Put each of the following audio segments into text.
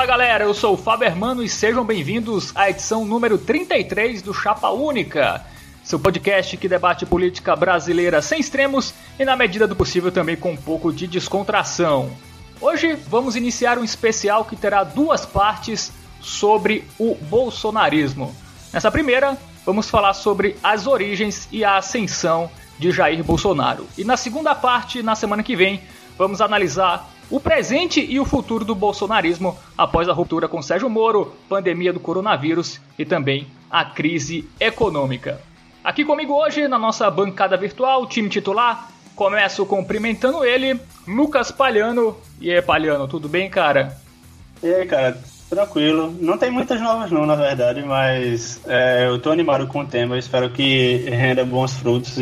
Fala galera, eu sou o Fábio Hermano e sejam bem-vindos à edição número 33 do Chapa Única, seu podcast que debate política brasileira sem extremos e na medida do possível também com um pouco de descontração. Hoje vamos iniciar um especial que terá duas partes sobre o bolsonarismo. Nessa primeira, vamos falar sobre as origens e a ascensão de Jair Bolsonaro. E na segunda parte, na semana que vem, vamos analisar o presente e o futuro do bolsonarismo após a ruptura com Sérgio Moro, pandemia do coronavírus e também a crise econômica. Aqui comigo hoje, na nossa bancada virtual, o time titular, começo cumprimentando ele, Lucas Palhano. E aí, Palhano, tudo bem, cara? E aí, cara, tranquilo. Não tem muitas novas não, na verdade, mas eu tô animado com o tema. Eu espero que renda bons frutos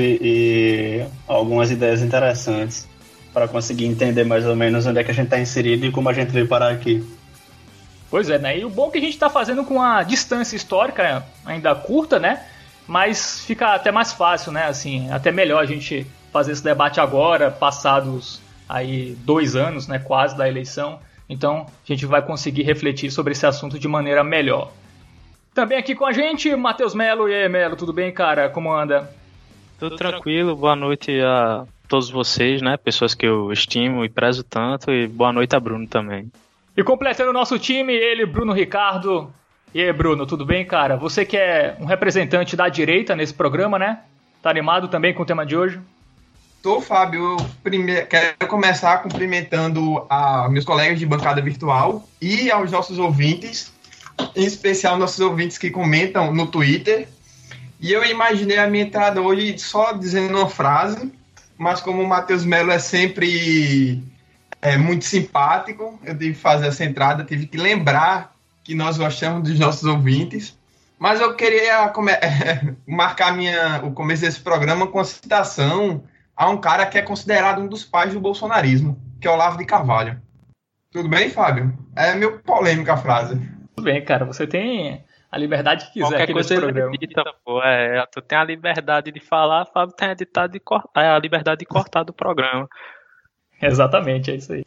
e algumas ideias interessantes para conseguir entender mais ou menos onde é que a gente está inserido e como a gente veio parar aqui. Pois é, né? E o bom é que a gente está fazendo com a distância histórica ainda curta, né? Mas fica até mais fácil, né? Assim, até melhor a gente fazer esse debate agora, passados aí 2 anos, né? Quase da eleição. Então, a gente vai conseguir refletir sobre esse assunto de maneira melhor. Também aqui com a gente, Matheus Melo. E aí, Melo, tudo bem, cara? Como anda? Tudo tranquilo, boa noite a todos vocês, né? Pessoas que eu estimo e prezo tanto, e boa noite a Bruno também. E completando o nosso time, ele, Bruno Ricardo. E aí, Bruno, tudo bem, cara? Você que é um representante da direita nesse programa, né? Tá animado também com o tema de hoje? Tô, Fábio. Quero começar cumprimentando a meus colegas de bancada virtual e aos nossos ouvintes, em especial nossos ouvintes que comentam no Twitter. E eu imaginei a minha entrada hoje só dizendo uma frase, mas como o Matheus Melo é sempre muito simpático, eu tive que fazer essa entrada, tive que lembrar que nós gostamos dos nossos ouvintes. Mas eu queria marcar o começo desse programa com a citação a um cara que é considerado um dos pais do bolsonarismo, que é o Olavo de Carvalho. Tudo bem, Fábio? É meio polêmica a frase. Tudo bem, cara. Você tem a liberdade que quiser qualquer aqui nesse programa. Edita, pô, tu tem a liberdade de falar, Fábio tem a liberdade de cortar do programa. Exatamente, é isso aí.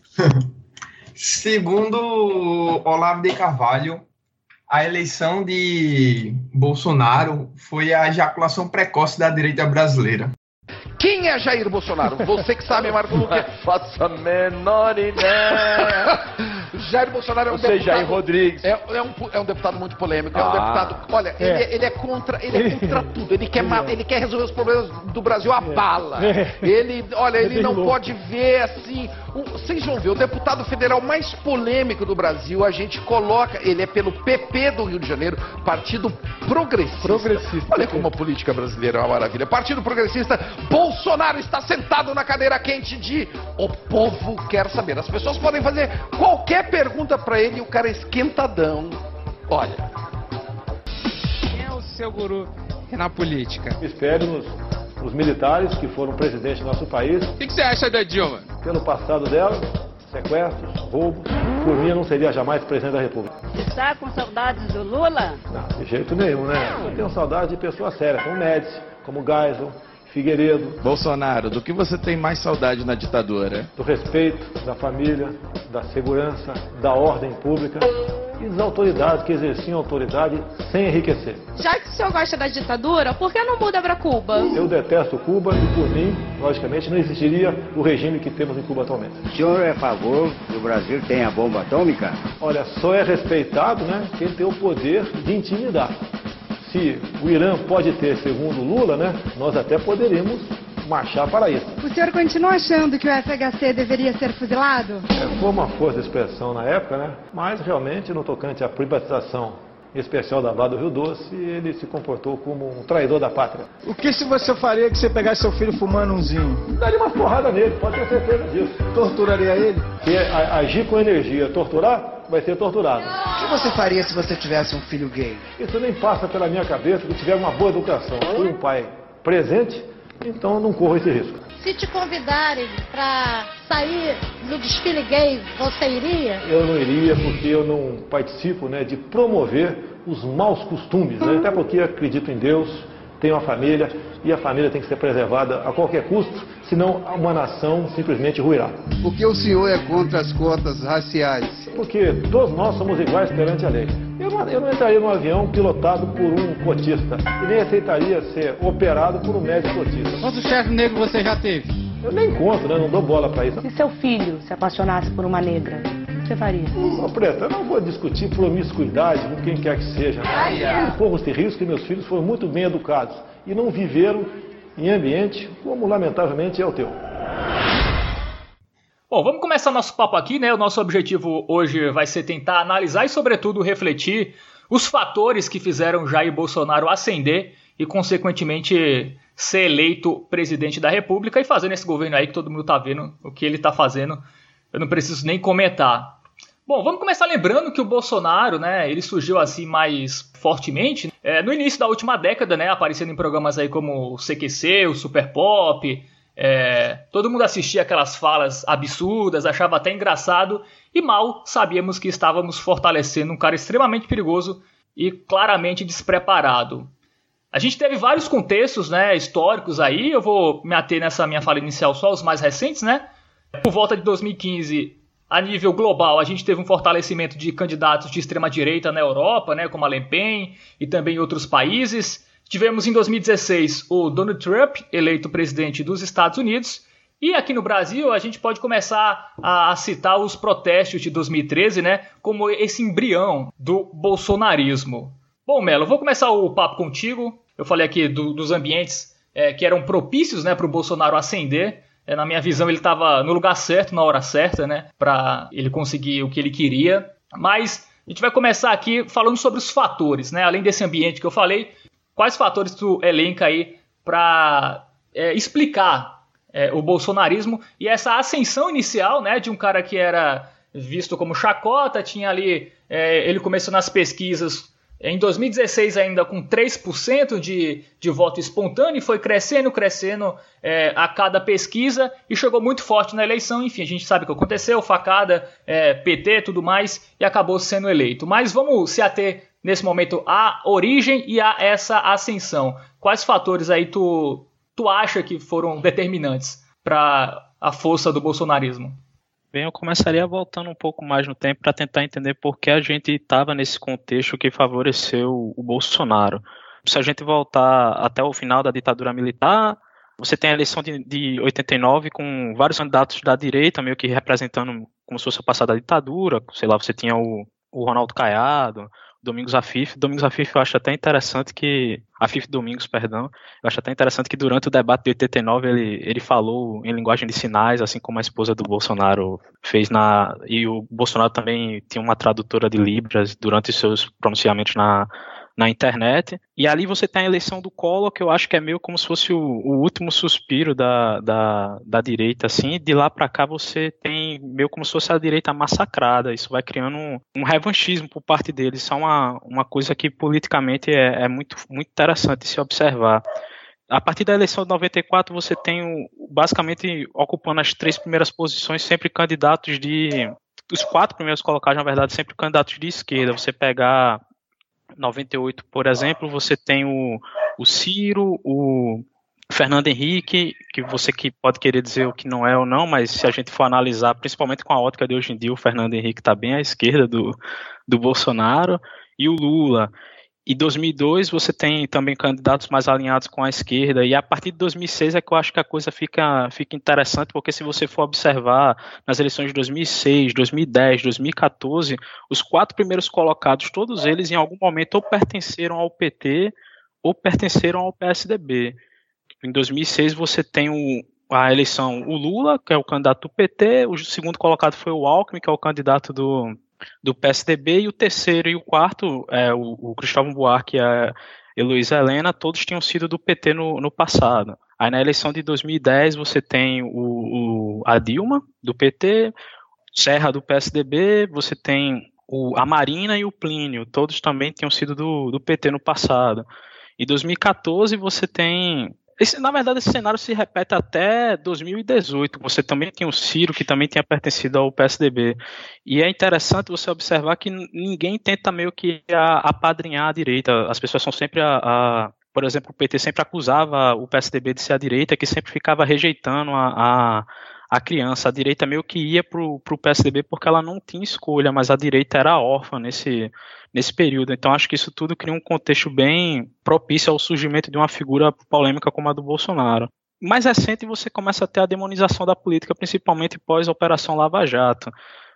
Segundo Olavo de Carvalho, a eleição de Bolsonaro foi a ejaculação precoce da direita brasileira. Quem é Jair Bolsonaro? Você que sabe, Marco Luque. Faço a menor ideia. Jair Bolsonaro é um deputado. Jair Rodrigues. É um deputado muito polêmico. É um deputado. Olha, ele é contra tudo. Ele quer resolver os problemas do Brasil à bala. Ele não pode ver assim. Vocês vão ver, o deputado federal mais polêmico do Brasil, a gente coloca. Ele é pelo PP do Rio de Janeiro, Partido Progressista. Olha como a política brasileira é uma maravilha. Partido Progressista. Bolsonaro está sentado na cadeira quente de o povo quer saber. As pessoas podem fazer qualquer pergunta para ele e o cara é esquentadão. Olha. Quem é o seu guru na política? Espero os militares que foram presidentes do nosso país. O que você acha da Dilma? Pelo passado dela, sequestros, roubos. Por mim, eu não seria jamais presidente da República. Está com saudades do Lula? Não, de jeito nenhum, né? Eu tenho saudade de pessoas sérias, como Médici, como Geisel, Figueiredo. Bolsonaro, do que você tem mais saudade na ditadura? Do respeito, da família, da segurança, da ordem pública e das autoridades que exerciam autoridade sem enriquecer. Já que o senhor gosta da ditadura, por que não muda para Cuba? Eu detesto Cuba e, por mim, logicamente, não existiria o regime que temos em Cuba atualmente. O senhor é a favor que o Brasil tenha bomba atômica? Olha, só é respeitado, né, quem tem o poder de intimidar. Se o Irã pode ter, segundo Lula, né, nós até poderíamos marchar para isso. O senhor continua achando que o FHC deveria ser fuzilado? Foi uma força de expressão na época, né? Mas realmente, no tocante à privatização especial da Vale do Rio Doce, ele se comportou como um traidor da pátria. O que se você faria que você pegasse seu filho fumando umzinho? Daria uma porrada nele, pode ter certeza disso. Torturaria ele? Se agir com energia, torturar, vai ser torturado. O que você faria se você tivesse um filho gay? Isso nem passa pela minha cabeça, que tiver uma boa educação. Fui um pai presente, então eu não corro esse risco. Se te convidarem para sair no desfile gay, você iria? Eu não iria porque eu não participo, né, de promover os maus costumes, né? Até porque acredito em Deus, tem uma família e a família tem que ser preservada a qualquer custo, senão uma nação simplesmente ruirá. Por que o senhor é contra as cotas raciais? Porque todos nós somos iguais perante a lei. Eu não entraria num avião pilotado por um cotista e nem aceitaria ser operado por um médico cotista. Quantos chefes negros você já teve? Eu nem conto, né? Não dou bola para isso. Se seu filho se apaixonasse por uma negra, o que você faria? Preta, eu não vou discutir promiscuidade com quem quer que seja. Eu corro esse risco que meus filhos foram muito bem educados e não viveram em ambiente como, lamentavelmente, é o teu. Bom, vamos começar nosso papo aqui, né? O nosso objetivo hoje vai ser tentar analisar e, sobretudo, refletir os fatores que fizeram Jair Bolsonaro ascender e, consequentemente, ser eleito presidente da República e fazendo esse governo aí que todo mundo tá vendo o que ele tá fazendo. Eu não preciso nem comentar. Bom, vamos começar lembrando que o Bolsonaro, né, ele surgiu assim mais fortemente no início da última década, né, aparecendo em programas aí como o CQC, o Super Pop. Todo mundo assistia aquelas falas absurdas, achava até engraçado e mal sabíamos que estávamos fortalecendo um cara extremamente perigoso e claramente despreparado. A gente teve vários contextos, né, históricos aí, eu vou me ater nessa minha fala inicial só aos mais recentes, né? Por volta de 2015, a nível global, a gente teve um fortalecimento de candidatos de extrema-direita na Europa, né, como a Le Pen e também em outros países. Tivemos em 2016 o Donald Trump, eleito presidente dos Estados Unidos. E aqui no Brasil a gente pode começar a citar os protestos de 2013, né, como esse embrião do bolsonarismo. Bom, Melo, vou começar o papo contigo. Eu falei aqui dos ambientes que eram propícios, né, para o Bolsonaro ascender. Na minha visão ele estava no lugar certo, na hora certa, né, para ele conseguir o que ele queria. Mas a gente vai começar aqui falando sobre os fatores, né, além desse ambiente que eu falei. Quais fatores tu elenca aí para explicar o bolsonarismo e essa ascensão inicial, né, de um cara que era visto como chacota, tinha ali, ele começou nas pesquisas em 2016 ainda com 3% de voto espontâneo e foi crescendo a cada pesquisa e chegou muito forte na eleição. Enfim, a gente sabe o que aconteceu, facada, PT, tudo mais, e acabou sendo eleito. Mas vamos se ater nesse momento à origem e a essa ascensão. Quais fatores aí tu acha que foram determinantes para a força do bolsonarismo? Bem, eu começaria voltando um pouco mais no tempo para tentar entender por que a gente estava nesse contexto que favoreceu o Bolsonaro. Se a gente voltar até o final da ditadura militar, você tem a eleição de 89 com vários candidatos da direita, meio que representando como se fosse o passado da ditadura. Sei lá, você tinha o Ronaldo Caiado, Domingos Afif. Domingos Afif eu acho até interessante que... Afif Domingos, perdão. Eu acho até interessante que durante o debate de 89 ele falou em linguagem de sinais, assim como a esposa do Bolsonaro fez e o Bolsonaro também tinha uma tradutora de Libras durante os seus pronunciamentos na internet. E ali você tem a eleição do Collor, que eu acho que é meio como se fosse o último suspiro da direita, assim. De lá para cá você tem meio como se fosse a direita massacrada. Isso vai criando um revanchismo por parte deles. Isso é uma coisa que politicamente é muito, muito interessante se observar. A partir da eleição de 94 você tem basicamente ocupando as 3 primeiras posições sempre candidatos os 4 primeiros colocados, na verdade, sempre candidatos de esquerda. Você pegar 98, por exemplo, você tem o Ciro, o Fernando Henrique, que pode querer dizer o que não é ou não, mas se a gente for analisar, principalmente com a ótica de hoje em dia, o Fernando Henrique está bem à esquerda do Bolsonaro, e o Lula. Em 2002 você tem também candidatos mais alinhados com a esquerda, e a partir de 2006 é que eu acho que a coisa fica interessante, porque se você for observar nas eleições de 2006, 2010, 2014, os 4 primeiros colocados, todos eles em algum momento ou pertenceram ao PT ou pertenceram ao PSDB. Em 2006 você tem a eleição, o Lula, que é o candidato do PT, o segundo colocado foi o Alckmin, que é o candidato do PSDB, e o terceiro e o quarto, o Cristóvão Buarque e a Heloísa Helena, todos tinham sido do PT no passado. Aí na eleição de 2010 você tem a Dilma, do PT, Serra, do PSDB, você tem a Marina e o Plínio, todos também tinham sido do PT no passado. Em 2014 você tem... Na verdade, esse cenário se repete até 2018. Você também tem o Ciro, que também tinha pertencido ao PSDB. E é interessante você observar que ninguém tenta meio que apadrinhar a direita. As pessoas são sempre Por exemplo, o PT sempre acusava o PSDB de ser a direita, que sempre ficava rejeitando a criança. A direita meio que ia para o PSDB porque ela não tinha escolha, mas a direita era órfã nesse período. Então acho que isso tudo cria um contexto bem propício ao surgimento de uma figura polêmica como a do Bolsonaro. Mais recente você começa a ter a demonização da política, principalmente pós-Operação Lava Jato.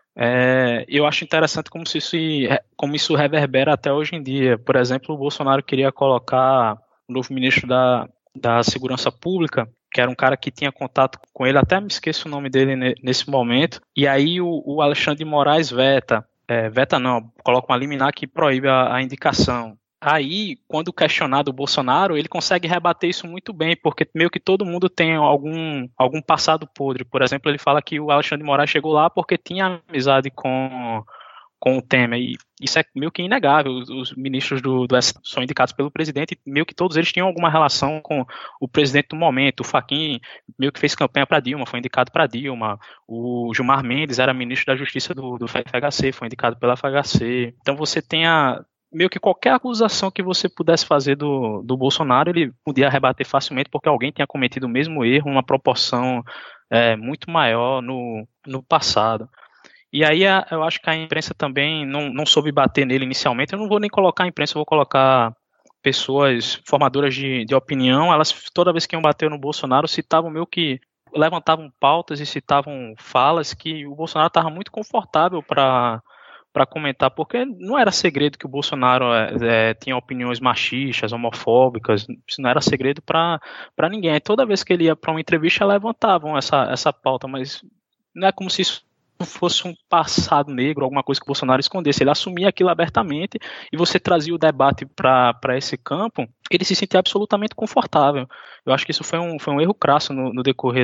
Eu acho interessante como isso reverbera até hoje em dia. Por exemplo, o Bolsonaro queria colocar o novo ministro da Segurança Pública, que era um cara que tinha contato com ele, até me esqueço o nome dele nesse momento, e aí o Alexandre de Moraes coloca uma liminar que proíbe a indicação. Aí, quando questionado o Bolsonaro, ele consegue rebater isso muito bem, porque meio que todo mundo tem algum passado podre. Por exemplo, ele fala que o Alexandre de Moraes chegou lá porque tinha amizade com o Temer, e isso é meio que inegável. Os ministros do STF são indicados pelo presidente, e meio que todos eles tinham alguma relação com o presidente do momento. O Fachin meio que fez campanha para Dilma, foi indicado para Dilma. O Gilmar Mendes era ministro da Justiça do FHC, foi indicado pela FHC. Então você tem meio que qualquer acusação que você pudesse fazer do Bolsonaro, ele podia rebater facilmente, porque alguém tinha cometido o mesmo erro, uma proporção muito maior no passado. E aí eu acho que a imprensa também não soube bater nele inicialmente. Eu não vou nem colocar a imprensa, eu vou colocar pessoas formadoras de opinião. Elas, toda vez que iam bater no Bolsonaro, citavam meio que levantavam pautas e citavam falas que o Bolsonaro estava muito confortável para comentar, porque não era segredo que o Bolsonaro tinha opiniões machistas, homofóbicas. Isso não era segredo para ninguém. E toda vez que ele ia para uma entrevista, levantavam essa pauta, mas não é como se isso fosse um passado negro, alguma coisa que o Bolsonaro escondesse. Ele assumia aquilo abertamente e você trazia o debate para esse campo, ele se sentia absolutamente confortável. Eu acho que isso foi um erro crasso no decorrer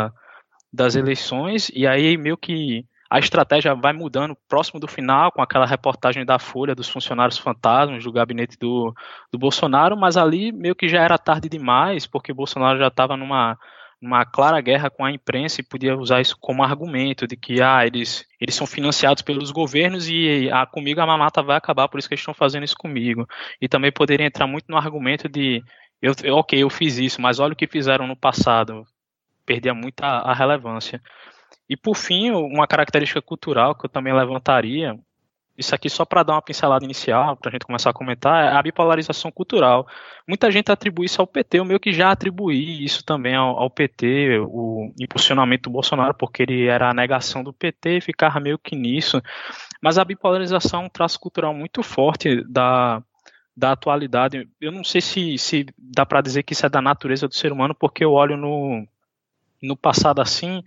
das eleições, e aí meio que a estratégia vai mudando próximo do final, com aquela reportagem da Folha dos funcionários fantasmas do gabinete do Bolsonaro, mas ali meio que já era tarde demais, porque o Bolsonaro já estava numa clara guerra com a imprensa e podia usar isso como argumento de que eles são financiados pelos governos e comigo a mamata vai acabar, por isso que eles estão fazendo isso comigo. E também poderia entrar muito no argumento de eu fiz isso, mas olha o que fizeram no passado. Perdia muito a relevância. E por fim, uma característica cultural que eu também levantaria, isso aqui só para dar uma pincelada inicial, para a gente começar a comentar, é a bipolarização cultural. Muita gente atribui isso ao PT, eu meio que já atribuí isso também ao PT, o impulsionamento do Bolsonaro, porque ele era a negação do PT e ficava meio que nisso. Mas a bipolarização é um traço cultural muito forte da atualidade. Eu não sei se dá para dizer que isso é da natureza do ser humano, porque eu olho no passado assim,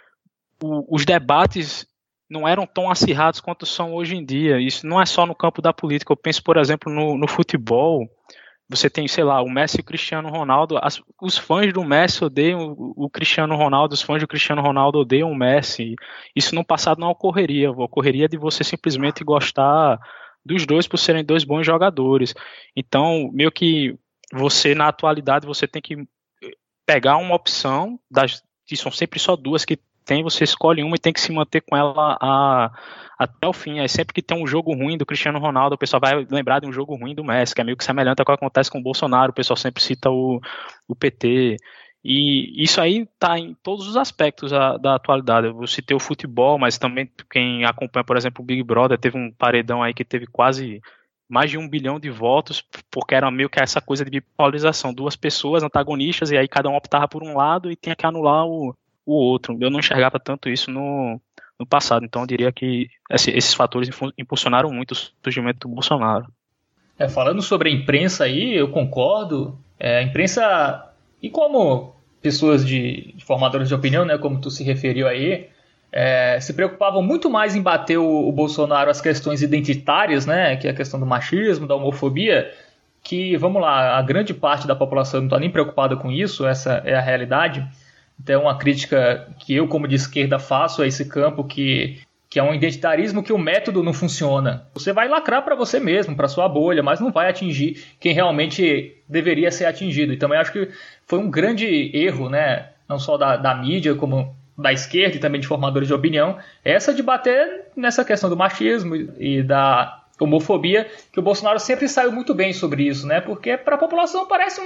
os debates não eram tão acirrados quanto são hoje em dia. Isso não é só no campo da política. Eu penso, por exemplo, no futebol. Você tem, sei lá, o Messi e o Cristiano Ronaldo. Os fãs do Messi odeiam o Cristiano Ronaldo, os fãs do Cristiano Ronaldo odeiam o Messi. Isso no passado não ocorreria. Ocorreria de você simplesmente gostar dos dois por serem dois bons jogadores. Então, meio que você, na atualidade, você tem que pegar uma opção, que são sempre só duas que tem, você escolhe uma e tem que se manter com ela até o fim. Aí sempre que tem um jogo ruim do Cristiano Ronaldo, o pessoal vai lembrar de um jogo ruim do Messi, que é meio que semelhante ao que acontece com o Bolsonaro. O pessoal sempre cita o PT. E isso aí está em todos os aspectos da atualidade. Eu citei o futebol, mas também quem acompanha, por exemplo, o Big Brother, teve um paredão aí que teve quase mais de 1 bilhão de votos, porque era meio que essa coisa de bipolarização. Duas pessoas antagonistas, e aí cada um optava por um lado e tinha que anular o outro. Eu não enxergava tanto isso no passado, então eu diria que esses fatores impulsionaram muito o surgimento do Bolsonaro. Falando sobre a imprensa aí, eu concordo. A imprensa, e como pessoas de formadores de opinião, né, como tu se referiu aí, se preocupavam muito mais em bater o Bolsonaro as questões identitárias, né, que é a questão do machismo, da homofobia, que, vamos lá, a grande parte da população não está nem preocupada com isso, essa é a realidade. Então, uma crítica que eu, como de esquerda, faço a esse campo que é um identitarismo que o método não funciona. Você vai lacrar para você mesmo, para sua bolha, mas não vai atingir quem realmente deveria ser atingido. E também acho que foi um grande erro, né, não só da mídia, como da esquerda e também de formadores de opinião, essa de bater nessa questão do machismo e da homofobia, que o Bolsonaro sempre saiu muito bem sobre isso, né? Porque para a população parece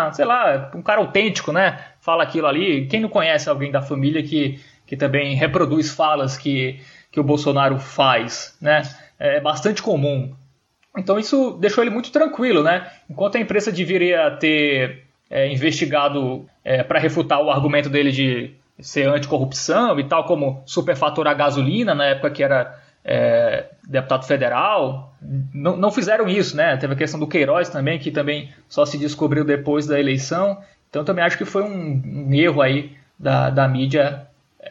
um cara autêntico, né? Fala aquilo ali. Quem não conhece alguém da família que também reproduz falas que o Bolsonaro faz, né? É bastante comum. Então isso deixou ele muito tranquilo, né? Enquanto a imprensa deveria ter investigado para refutar o argumento dele de ser anticorrupção e tal, como superfaturar a gasolina na época que era deputado federal, não fizeram isso, né? Teve a questão do Queiroz também, que também só se descobriu depois da eleição. Então também acho que foi um erro aí da mídia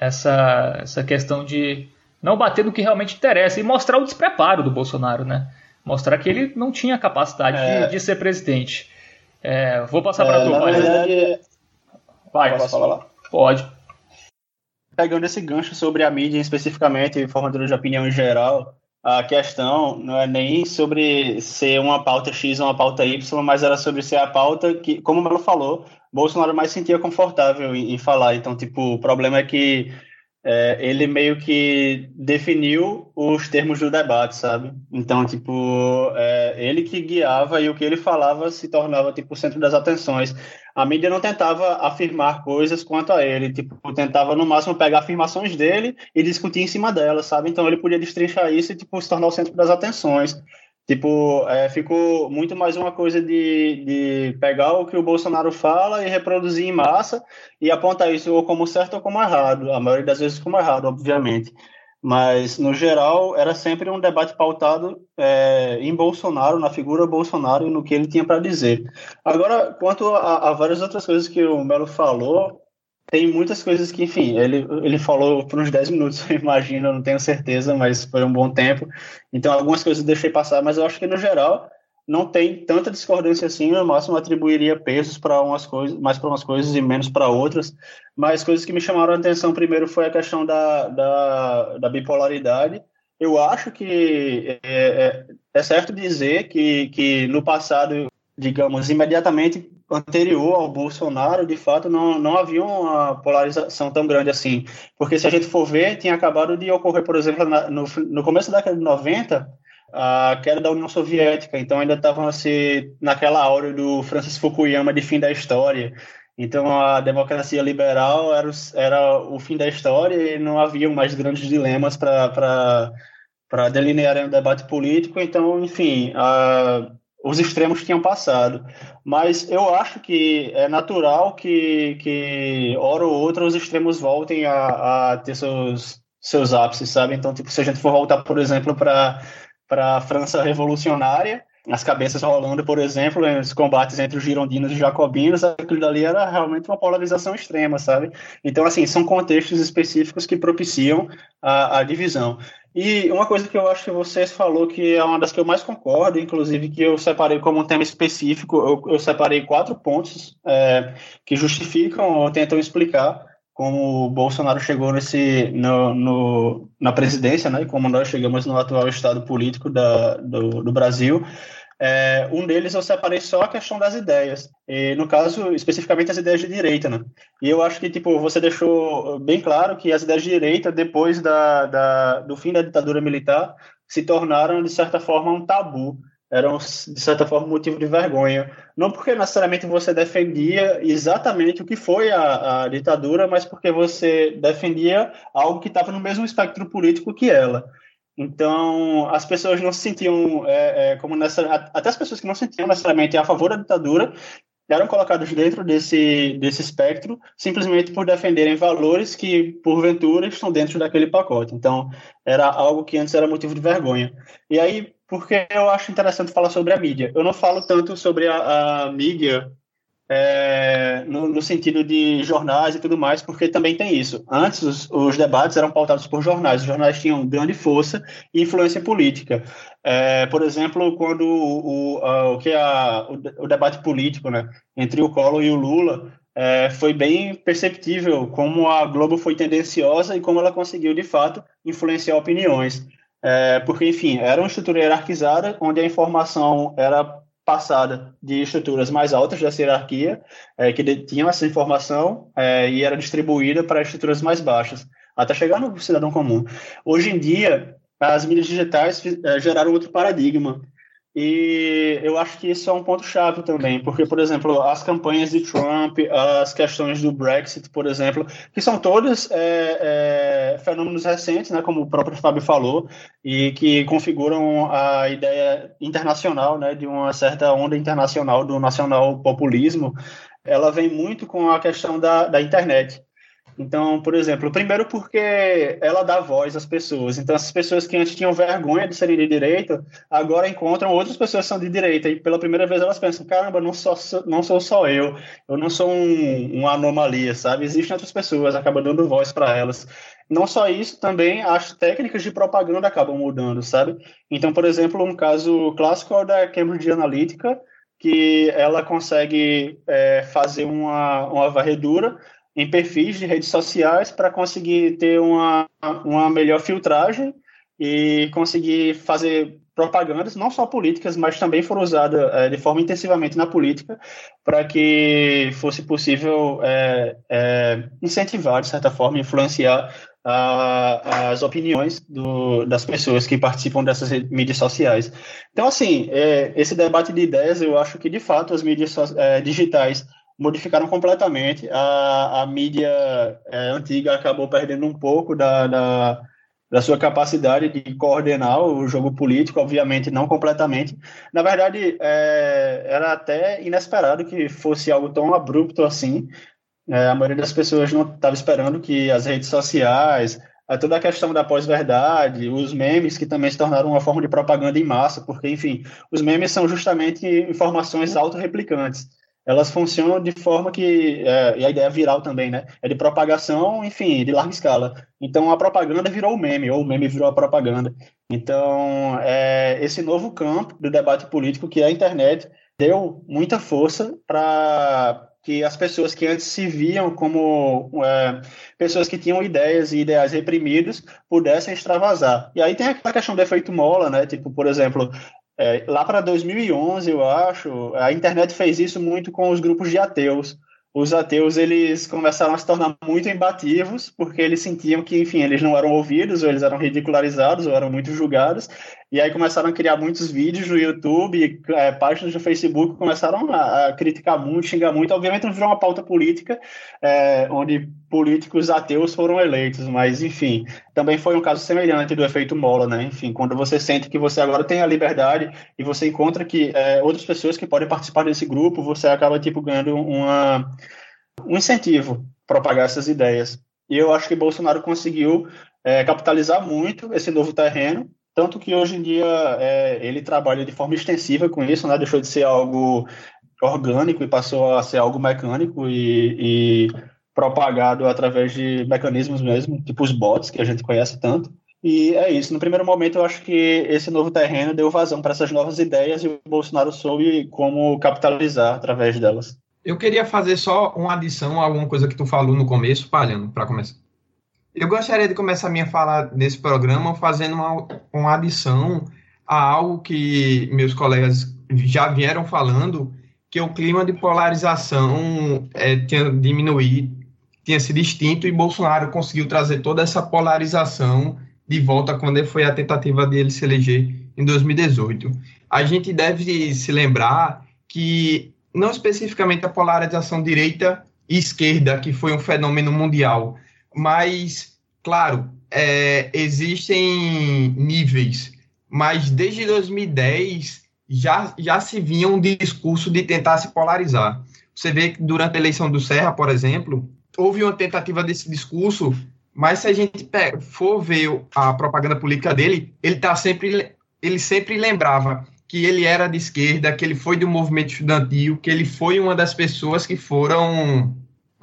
essa questão de não bater no que realmente interessa e mostrar o despreparo do Bolsonaro, né? Mostrar que ele não tinha capacidade de ser presidente. Vou passar para tu, na verdade, vai, posso falar? Pode. Pegando esse gancho sobre a mídia especificamente e formadora de opinião em geral, a questão não é nem sobre ser uma pauta X ou uma pauta Y, mas era sobre ser a pauta que, como o Melo falou, Bolsonaro mais sentia confortável em falar. Então, tipo, o problema é que ele meio que definiu os termos do debate, sabe? Então, tipo, ele que guiava e o que ele falava se tornava, tipo, o centro das atenções. A mídia não tentava afirmar coisas quanto a ele, tipo, tentava, no máximo, pegar afirmações dele e discutir em cima delas, sabe? Então, ele podia destrinchar isso e, tipo, se tornar o centro das atenções. Tipo, ficou muito mais uma coisa de pegar o que o Bolsonaro fala e reproduzir em massa e apontar isso ou como certo ou como errado. A maioria das vezes como errado, obviamente. Mas, no geral, era sempre um debate pautado em Bolsonaro, na figura Bolsonaro e no que ele tinha para dizer. Agora, quanto a várias outras coisas que o Melo falou, tem muitas coisas que, enfim, ele falou por uns 10 minutos, eu imagino, eu não tenho certeza, mas foi um bom tempo. Então, algumas coisas eu deixei passar, mas eu acho que, no geral, não tem tanta discordância assim. No máximo, atribuiria pesos para umas coisas, mais para umas coisas e menos para outras. Mas coisas que me chamaram a atenção primeiro foi a questão da bipolaridade. Eu acho que é certo dizer que no passado, digamos, imediatamente anterior ao Bolsonaro, de fato, não havia uma polarização tão grande assim. Porque se a gente for ver, tinha acabado de ocorrer, por exemplo, no começo da década de 90, a queda da União Soviética. Então ainda estavam naquela aura do Francis Fukuyama de fim da história. Então a democracia liberal era o fim da história e não havia mais grandes dilemas para delinearem o debate político. Então, enfim, os extremos tinham passado. Mas eu acho que é natural que hora ou outra, os extremos voltem a ter seus ápices, sabe? Então, tipo, se a gente for voltar, por exemplo, para a França revolucionária, as cabeças rolando, por exemplo, os combates entre os girondinos e jacobinos, aquilo dali era realmente uma polarização extrema, sabe? Então, assim, são contextos específicos que propiciam a divisão. E uma coisa que eu acho que você falou, que é uma das que eu mais concordo, inclusive que eu separei como um tema específico, eu separei 4 pontos que justificam ou tentam explicar como o Bolsonaro chegou na presidência, né, e como nós chegamos no atual estado político do Brasil. Um deles eu separei só a questão das ideias, e, no caso, especificamente as ideias de direita, né? E eu acho que, tipo, você deixou bem claro que as ideias de direita, depois do fim da ditadura militar, se tornaram, de certa forma, um tabu. Eram, de certa forma, um motivo de vergonha. Não porque necessariamente você defendia exatamente o que foi a ditadura, mas porque você defendia algo que estava no mesmo espectro político que ela. Então, as pessoas não se sentiam até as pessoas que não se sentiam necessariamente a favor da ditadura eram colocados dentro desse espectro simplesmente por defenderem valores que, porventura, estão dentro daquele pacote. Então, era algo que antes era motivo de vergonha. E aí, porque eu acho interessante falar sobre a mídia. Eu não falo tanto sobre a mídia no sentido de jornais e tudo mais, porque também tem isso. Antes, os debates eram pautados por jornais. Os jornais tinham grande força e influência política. Por exemplo, quando o debate político, né, entre o Collor e o Lula, foi bem perceptível como a Globo foi tendenciosa e como ela conseguiu, de fato, influenciar opiniões. Porque, enfim, era uma estrutura hierarquizada, onde a informação era passada de estruturas mais altas dessa hierarquia, que detinham essa informação e era distribuída para estruturas mais baixas, até chegar no cidadão comum. Hoje em dia, as mídias digitais geraram outro paradigma. E eu acho que isso é um ponto-chave também, porque, por exemplo, as campanhas de Trump, as questões do Brexit, por exemplo, que são todos fenômenos recentes, né, como o próprio Fábio falou, e que configuram a ideia internacional, né, de uma certa onda internacional do nacional-populismo. Ela vem muito com a questão da internet. Então, por exemplo, primeiro porque ela dá voz às pessoas. Então, essas pessoas que antes tinham vergonha de serem de direita, agora encontram outras pessoas que são de direita. E pela primeira vez elas pensam, caramba, não sou só eu não sou uma anomalia, sabe? Existem outras pessoas, acaba dando voz para elas. Não só isso, também as técnicas de propaganda acabam mudando, sabe? Então, por exemplo, um caso clássico é o da Cambridge Analytica, que ela consegue fazer uma varredura em perfis de redes sociais para conseguir ter uma melhor filtragem e conseguir fazer propagandas, não só políticas, mas também foram usadas de forma intensivamente na política para que fosse possível incentivar, de certa forma, influenciar as opiniões das pessoas que participam dessas mídias sociais. Então, assim, esse debate de ideias, eu acho que, de fato, as mídias digitais modificaram completamente. A mídia antiga acabou perdendo um pouco da sua capacidade de coordenar o jogo político, obviamente não completamente. Na verdade, era até inesperado que fosse algo tão abrupto assim. A maioria das pessoas não estava esperando que as redes sociais, toda a questão da pós-verdade, os memes, que também se tornaram uma forma de propaganda em massa, porque, enfim, os memes são justamente informações autorreplicantes. Elas funcionam de forma que, e a ideia viral também, né, é de propagação, enfim, de larga escala. Então, a propaganda virou o meme, ou o meme virou a propaganda. Então, esse novo campo do debate político, que é a internet, deu muita força para que as pessoas que antes se viam como pessoas que tinham ideias e ideais reprimidos pudessem extravasar. E aí tem aquela questão do efeito Mola, né, tipo, por exemplo, lá para 2011, eu acho, a internet fez isso muito com os grupos de ateus. Os ateus, eles começaram a se tornar muito imbatíveis, porque eles sentiam que, enfim, eles não eram ouvidos, ou eles eram ridicularizados, ou eram muito julgados, e aí começaram a criar muitos vídeos no YouTube, páginas do Facebook começaram a criticar muito, xingar muito. Obviamente não virou uma pauta política, onde políticos ateus foram eleitos, mas, enfim, também foi um caso semelhante do efeito Mola, né? Enfim, quando você sente que você agora tem a liberdade e você encontra que outras pessoas que podem participar desse grupo, você acaba, tipo, ganhando um incentivo a propagar essas ideias. E eu acho que Bolsonaro conseguiu capitalizar muito esse novo terreno, tanto que hoje em dia ele trabalha de forma extensiva com isso, né? Deixou de ser algo orgânico e passou a ser algo mecânico e propagado através de mecanismos mesmo, tipo os bots, que a gente conhece tanto. E é isso. No primeiro momento, eu acho que esse novo terreno deu vazão para essas novas ideias e o Bolsonaro soube como capitalizar através delas. Eu queria fazer só uma adição a alguma coisa que tu falou no começo, Palhano, para começar. Eu gostaria de começar a minha fala nesse programa fazendo uma adição a algo que meus colegas já vieram falando, que o clima de polarização tinha diminuído, tinha sido extinto, e Bolsonaro conseguiu trazer toda essa polarização de volta quando foi a tentativa dele se eleger em 2018. A gente deve se lembrar que, não especificamente a polarização direita e esquerda, que foi um fenômeno mundial, mas, claro, existem níveis, mas desde 2010 já se vinha um discurso de tentar se polarizar. Você vê que durante a eleição do Serra, por exemplo, houve uma tentativa desse discurso, mas se a gente for ver a propaganda política dele, ele sempre lembrava que ele era de esquerda, que ele foi do movimento estudantil, que ele foi uma das pessoas que foram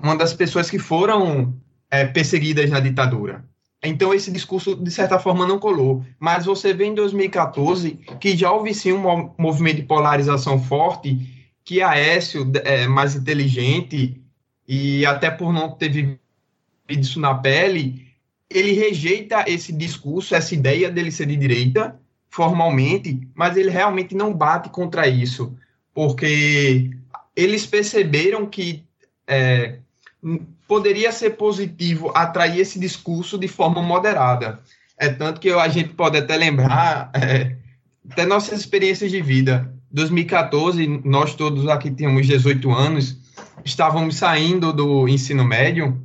perseguidas na ditadura. Então esse discurso, de certa forma, não colou. Mas você vê em 2014 que já houve sim um movimento de polarização forte, que Aécio, mais inteligente, e até por não ter vivido isso na pele, ele rejeita esse discurso, essa ideia dele ser de direita, formalmente, mas ele realmente não bate contra isso, porque eles perceberam que poderia ser positivo atrair esse discurso de forma moderada. É tanto que a gente pode até lembrar até nossas experiências de vida. 2014, nós todos aqui tínhamos 18 anos, estávamos saindo do ensino médio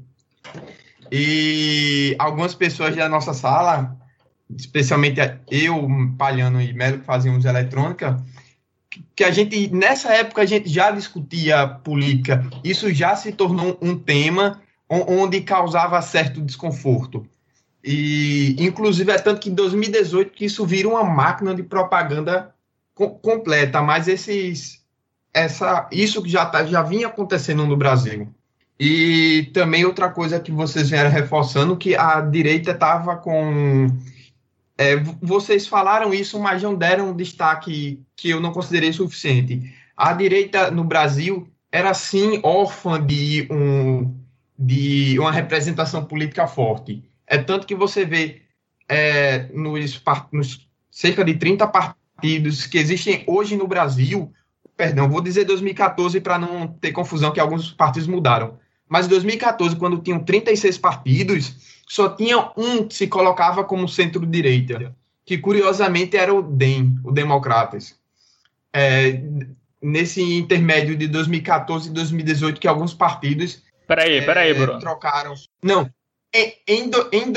e algumas pessoas da nossa sala, especialmente eu, Palhano e Melo, que fazíamos eletrônica, que a gente, nessa época, a gente já discutia política. Isso já se tornou um tema onde causava certo desconforto. E, inclusive, é tanto que em 2018 que isso vira uma máquina de propaganda completa, mas isso que já vinha acontecendo no Brasil. E também outra coisa que vocês vieram reforçando, que a direita estava com... vocês falaram isso, mas não deram um destaque que eu não considerei suficiente. A direita no Brasil era, sim, órfã de uma representação política forte. É tanto que você vê nos cerca de 30 partidos que existem hoje no Brasil, vou dizer 2014 para não ter confusão, que alguns partidos mudaram, mas em 2014, quando tinham 36 partidos, só tinha um que se colocava como centro-direita, que curiosamente era o DEM, o Democratas. Nesse intermédio de 2014 e 2018, que alguns partidos Peraí, Bruno. Trocaram. Não, em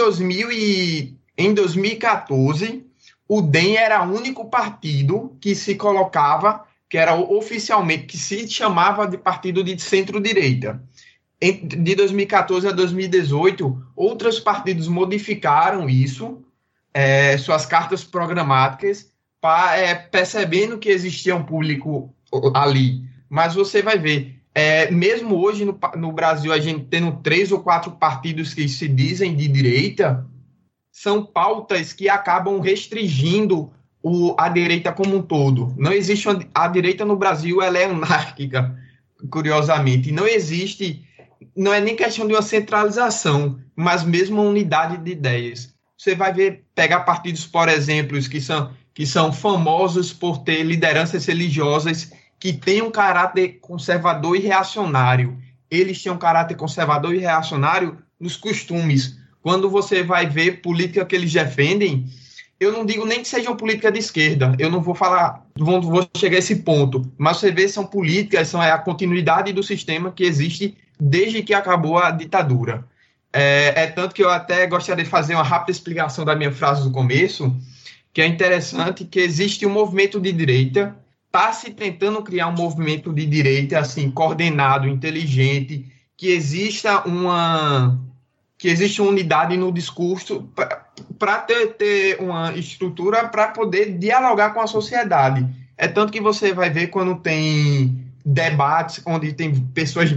2014, o DEM era o único partido que se colocava, que era oficialmente, que se chamava de partido de centro-direita. De 2014 a 2018, outros partidos modificaram isso, suas cartas programáticas, percebendo que existia um público ali. Mas você vai ver, mesmo hoje no Brasil, a gente tendo 3 ou 4 partidos que se dizem de direita, são pautas que acabam restringindo a direita como um todo. Não existe a direita no Brasil, ela é anárquica, curiosamente. Não existe, não é nem questão de uma centralização, mas mesmo uma unidade de ideias. Você vai pegar partidos, por exemplo, que são famosos por ter lideranças religiosas que têm um caráter conservador e reacionário. Eles têm um caráter conservador e reacionário nos costumes. Quando você vai ver política que eles defendem, eu não digo nem que seja uma política de esquerda, eu não vou chegar a esse ponto, mas você vê, são políticas, são a continuidade do sistema que existe desde que acabou a ditadura. Tanto que eu até gostaria de fazer uma rápida explicação da minha frase do começo, que é interessante que existe um movimento de direita, está se tentando criar um movimento de direita assim, coordenado, inteligente, que exista uma unidade no discurso para ter uma estrutura para poder dialogar com a sociedade. É tanto que você vai ver quando tem debates onde tem pessoas de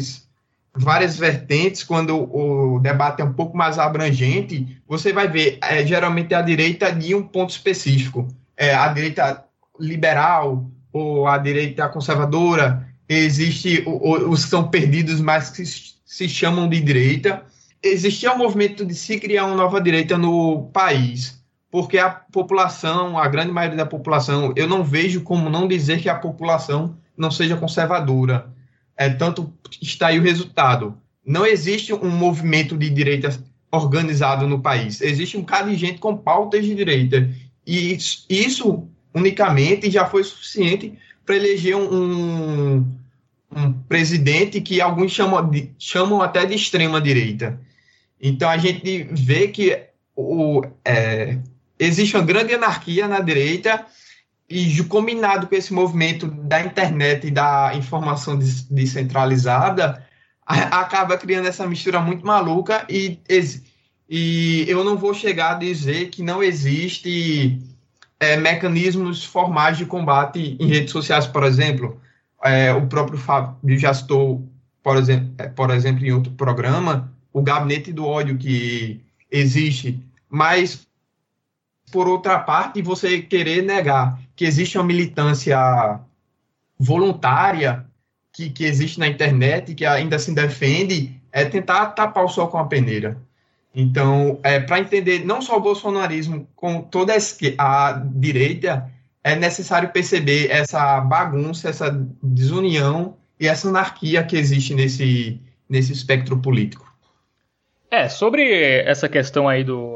várias vertentes, quando o debate é um pouco mais abrangente, você vai ver geralmente a direita de um ponto específico. A direita liberal ou a direita conservadora, existe os que são perdidos, mas que se chamam de direita. Existia um movimento de se criar uma nova direita no país, porque a população, a grande maioria da população, eu não vejo como não dizer que a população não seja conservadora. Tanto está aí o resultado. Não existe um movimento de direita organizado no país. Existe um bocado de gente com pautas de direita. E isso, unicamente, já foi suficiente para eleger um presidente que alguns chamam até de extrema-direita. Então, a gente vê que existe uma grande anarquia na direita e, combinado com esse movimento da internet e da informação descentralizada, acaba criando essa mistura muito maluca e eu não vou chegar a dizer que não existe mecanismos formais de combate em redes sociais, por exemplo. O próprio Fábio já citou, por exemplo, em outro programa, o gabinete do ódio que existe, mas, por outra parte, você querer negar que existe uma militância voluntária que existe na internet, que ainda se defende, é tentar tapar o sol com a peneira. Então, para entender não só o bolsonarismo, com toda a direita, é necessário perceber essa bagunça, essa desunião e essa anarquia que existe nesse espectro político. Sobre essa questão aí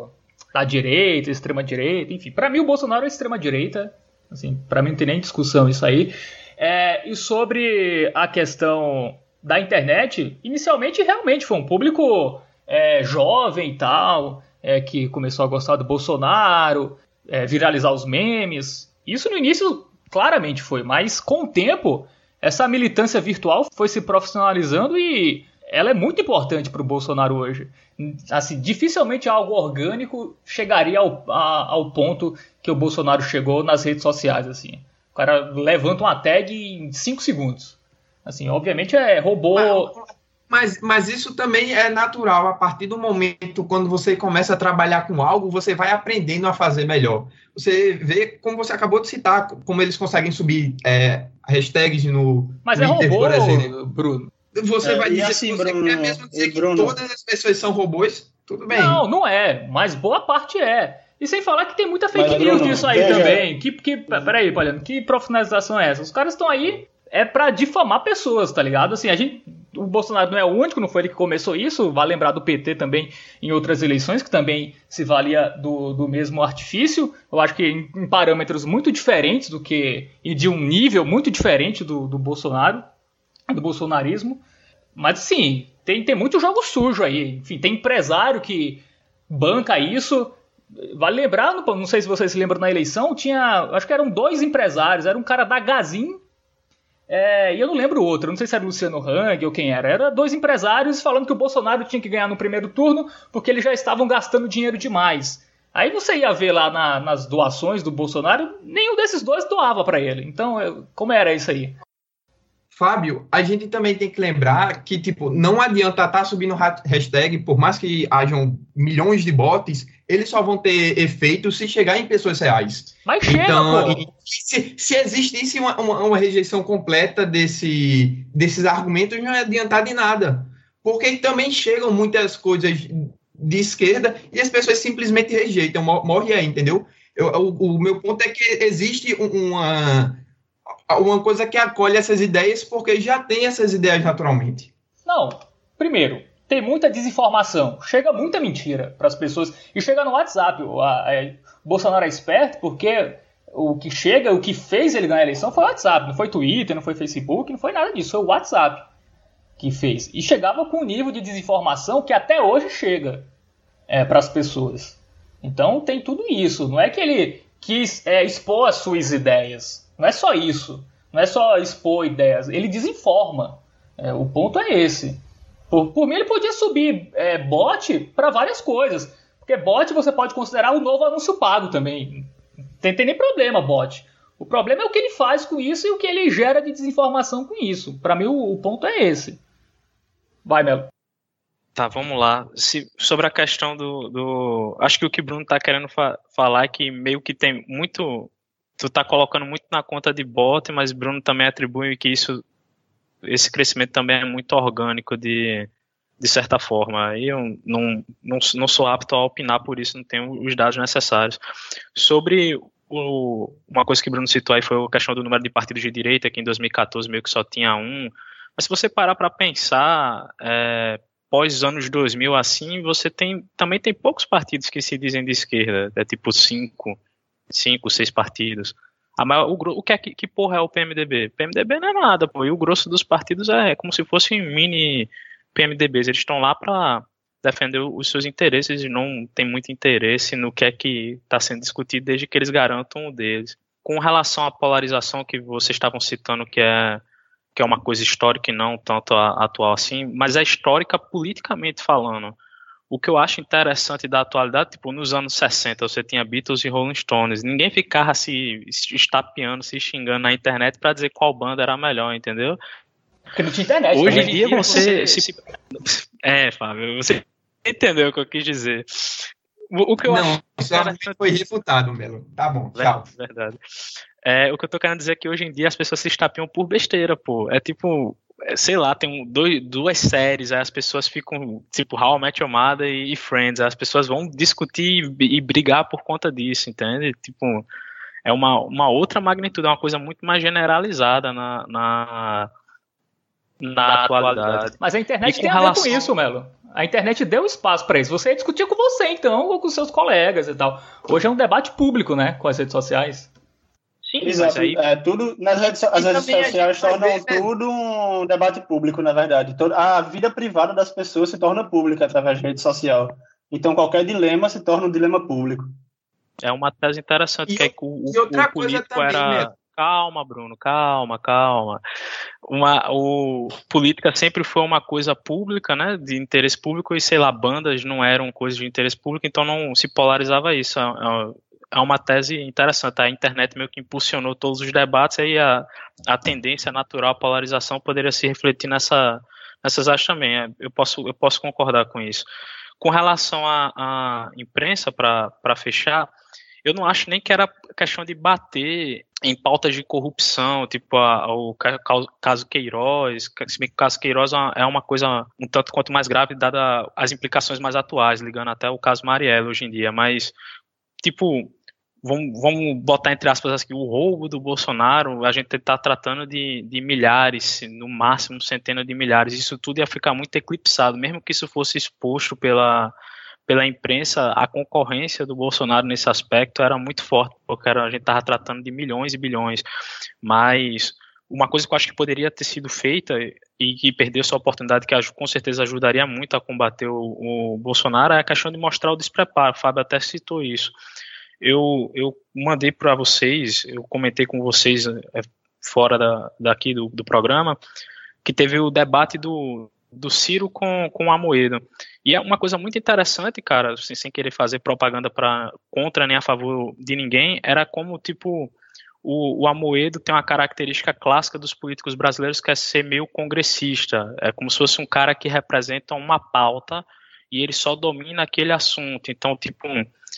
da direita, extrema-direita, enfim. Pra mim o Bolsonaro é extrema-direita, assim, pra mim não tem nem discussão isso aí. E sobre a questão da internet, inicialmente realmente foi um público jovem e tal, que começou a gostar do Bolsonaro, viralizar os memes. Isso no início claramente foi, mas com o tempo essa militância virtual foi se profissionalizando e ela é muito importante para o Bolsonaro hoje. Assim, dificilmente algo orgânico chegaria ao ponto que o Bolsonaro chegou nas redes sociais. Assim. O cara levanta uma tag em 5 segundos. Assim, obviamente robô... Mas isso também é natural. A partir do momento quando você começa a trabalhar com algo, você vai aprendendo a fazer melhor. Você vê, como você acabou de citar, como eles conseguem subir hashtags no Mas Twitter, robô, por exemplo. Bruno. Você vai dizer assim, que você Bruno, quer mesmo dizer que Bruno. todas as pessoas são robôs? Tudo bem. Não é, mas boa parte é. E sem falar que tem muita fake Mas, news Bruno, disso aí veja... também. Peraí, Poliano, que profissionalização é essa? Os caras estão aí pra difamar pessoas, tá ligado? Assim, o Bolsonaro não é o único, não foi ele que começou isso. Vai lembrar do PT também em outras eleições, que também se valia do mesmo artifício. Eu acho que em parâmetros muito diferentes e de um nível muito diferente do Bolsonaro, do bolsonarismo. Mas sim, tem muito jogo sujo aí. Enfim, tem empresário que banca isso. Vale lembrar, não sei se vocês se lembram, na eleição, acho que eram 2 empresários. Era um cara da Gazin, e eu não lembro o outro. Não sei se era Luciano Hang ou quem era. Era 2 empresários falando que o Bolsonaro tinha que ganhar no primeiro turno porque eles já estavam gastando dinheiro demais. Aí você ia ver lá nas doações do Bolsonaro, nenhum desses 2 doava para ele. Então, como era isso aí? Fábio, a gente também tem que lembrar que, tipo, não adianta estar subindo hashtag, por mais que hajam milhões de bots, eles só vão ter efeito se chegar em pessoas reais. Mas chega, então, pô! Se existisse uma rejeição completa desses argumentos, não ia adiantar de nada. Porque também chegam muitas coisas de esquerda e as pessoas simplesmente rejeitam, morre aí, entendeu? O meu ponto é que existe uma coisa que acolhe essas ideias porque já tem essas ideias naturalmente. Não, primeiro, tem muita desinformação, chega muita mentira para as pessoas e chega no WhatsApp. O Bolsonaro é esperto porque o que fez ele ganhar a eleição foi o WhatsApp, não foi Twitter, não foi Facebook, não foi nada disso, foi o WhatsApp que fez. E chegava com um nível de desinformação que até hoje chega para as pessoas. Então tem tudo isso, não é que ele quis expor as suas ideias. Não é só isso. Não é só expor ideias. Ele desinforma. O ponto é esse. Por mim, ele podia subir bot para várias coisas. Porque bot você pode considerar o novo anúncio pago também. Não tem nem problema, bot. O problema é o que ele faz com isso e o que ele gera de desinformação com isso. Para mim, o ponto é esse. Vai, Melo. Tá, vamos lá. Sobre a questão acho que o que o Bruno tá querendo falar é que meio que tem muito... Tu tá colocando muito na conta de bot, mas Bruno também atribui que esse crescimento também é muito orgânico de certa forma. Aí eu não sou apto a opinar por isso, não tenho os dados necessários. Sobre uma coisa que Bruno citou aí foi a questão do número de partidos de direita, que em 2014 meio que só tinha um. Mas se você parar para pensar, pós anos 2000 assim, você também tem poucos partidos que se dizem de esquerda, tipo 5, 6 partidos. Que porra é o PMDB? PMDB não é nada, pô. E o grosso dos partidos é como se fossem mini PMDBs. Eles estão lá para defender os seus interesses e não tem muito interesse no que é que está sendo discutido desde que eles garantam o deles. Com relação à polarização que vocês estavam citando, que é uma coisa histórica e não tanto atual assim, mas é histórica politicamente falando. O que eu acho interessante da atualidade, tipo, nos anos 60 você tinha Beatles e Rolling Stones, ninguém ficava se estapeando, se xingando na internet para dizer qual banda era a melhor, entendeu? Porque não tinha internet. Hoje em dia Fábio, você entendeu o que eu quis dizer. O que eu acho isso foi refutado, Melo. Tá bom, tchau. Verdade. O que eu tô querendo dizer é que hoje em dia as pessoas se estapeam por besteira, pô. É tipo... sei lá, tem duas séries, aí as pessoas ficam, tipo, How I Met Your Mother e Friends, aí as pessoas vão discutir e brigar por conta disso, entende? Tipo, é uma outra magnitude, é uma coisa muito mais generalizada na atualidade. Mas a internet tem a ver com isso, Melo. A internet deu espaço para isso. Você ia discutir com você, então, ou com seus colegas e tal. Hoje é um debate público, né? Com as redes sociais. Sim, exato. Aí... tudo, as redes sociais tornam tudo um debate público, na verdade. A vida privada das pessoas se torna pública através da rede social. Então, qualquer dilema se torna um dilema público. É uma tese interessante, que é que o político também, era... mesmo. Calma, Bruno, calma. Política sempre foi uma coisa pública, né, de interesse público, e, sei lá, bandas não eram coisas de interesse público, então não se polarizava isso. É uma tese interessante. A internet meio que impulsionou todos os debates, aí a tendência natural à polarização poderia se refletir nessas áreas também. Eu posso concordar com isso. Com relação à imprensa, para fechar, eu não acho nem que era questão de bater em pautas de corrupção, tipo o caso Queiroz, se bem que o caso Queiroz é uma coisa um tanto quanto mais grave, dada as implicações mais atuais, ligando até o caso Marielle hoje em dia, mas, tipo, vamos botar entre aspas assim, o roubo do Bolsonaro, a gente está tratando de milhares, no máximo centenas de milhares, isso tudo ia ficar muito eclipsado, mesmo que isso fosse exposto pela imprensa, a concorrência do Bolsonaro nesse aspecto era muito forte, porque a gente estava tratando de milhões e bilhões, mas uma coisa que eu acho que poderia ter sido feita e que perdeu sua oportunidade, que com certeza ajudaria muito a combater o Bolsonaro, é a questão de mostrar o despreparo. O Fábio até citou isso. Eu mandei para vocês, eu comentei com vocês fora daqui do programa, que teve o debate do Ciro com o Amoedo. E é uma coisa muito interessante, cara, sem querer fazer propaganda contra nem a favor de ninguém, era como, tipo, o Amoedo tem uma característica clássica dos políticos brasileiros, que é ser meio congressista. É como se fosse um cara que representa uma pauta e ele só domina aquele assunto. Então, tipo,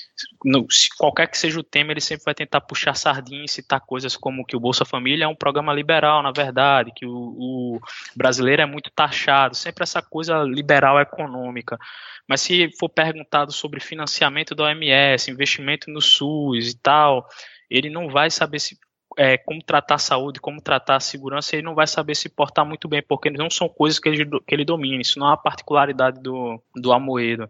qualquer que seja o tema, ele sempre vai tentar puxar sardinha e citar coisas como que o Bolsa Família é um programa liberal, na verdade, que o brasileiro é muito taxado, sempre essa coisa liberal econômica. Mas se for perguntado sobre financiamento da OMS, investimento no SUS e tal, ele não vai saber como tratar a saúde, como tratar a segurança, ele não vai saber se portar muito bem, porque não são coisas que ele domina, isso não é uma particularidade do Amoedo.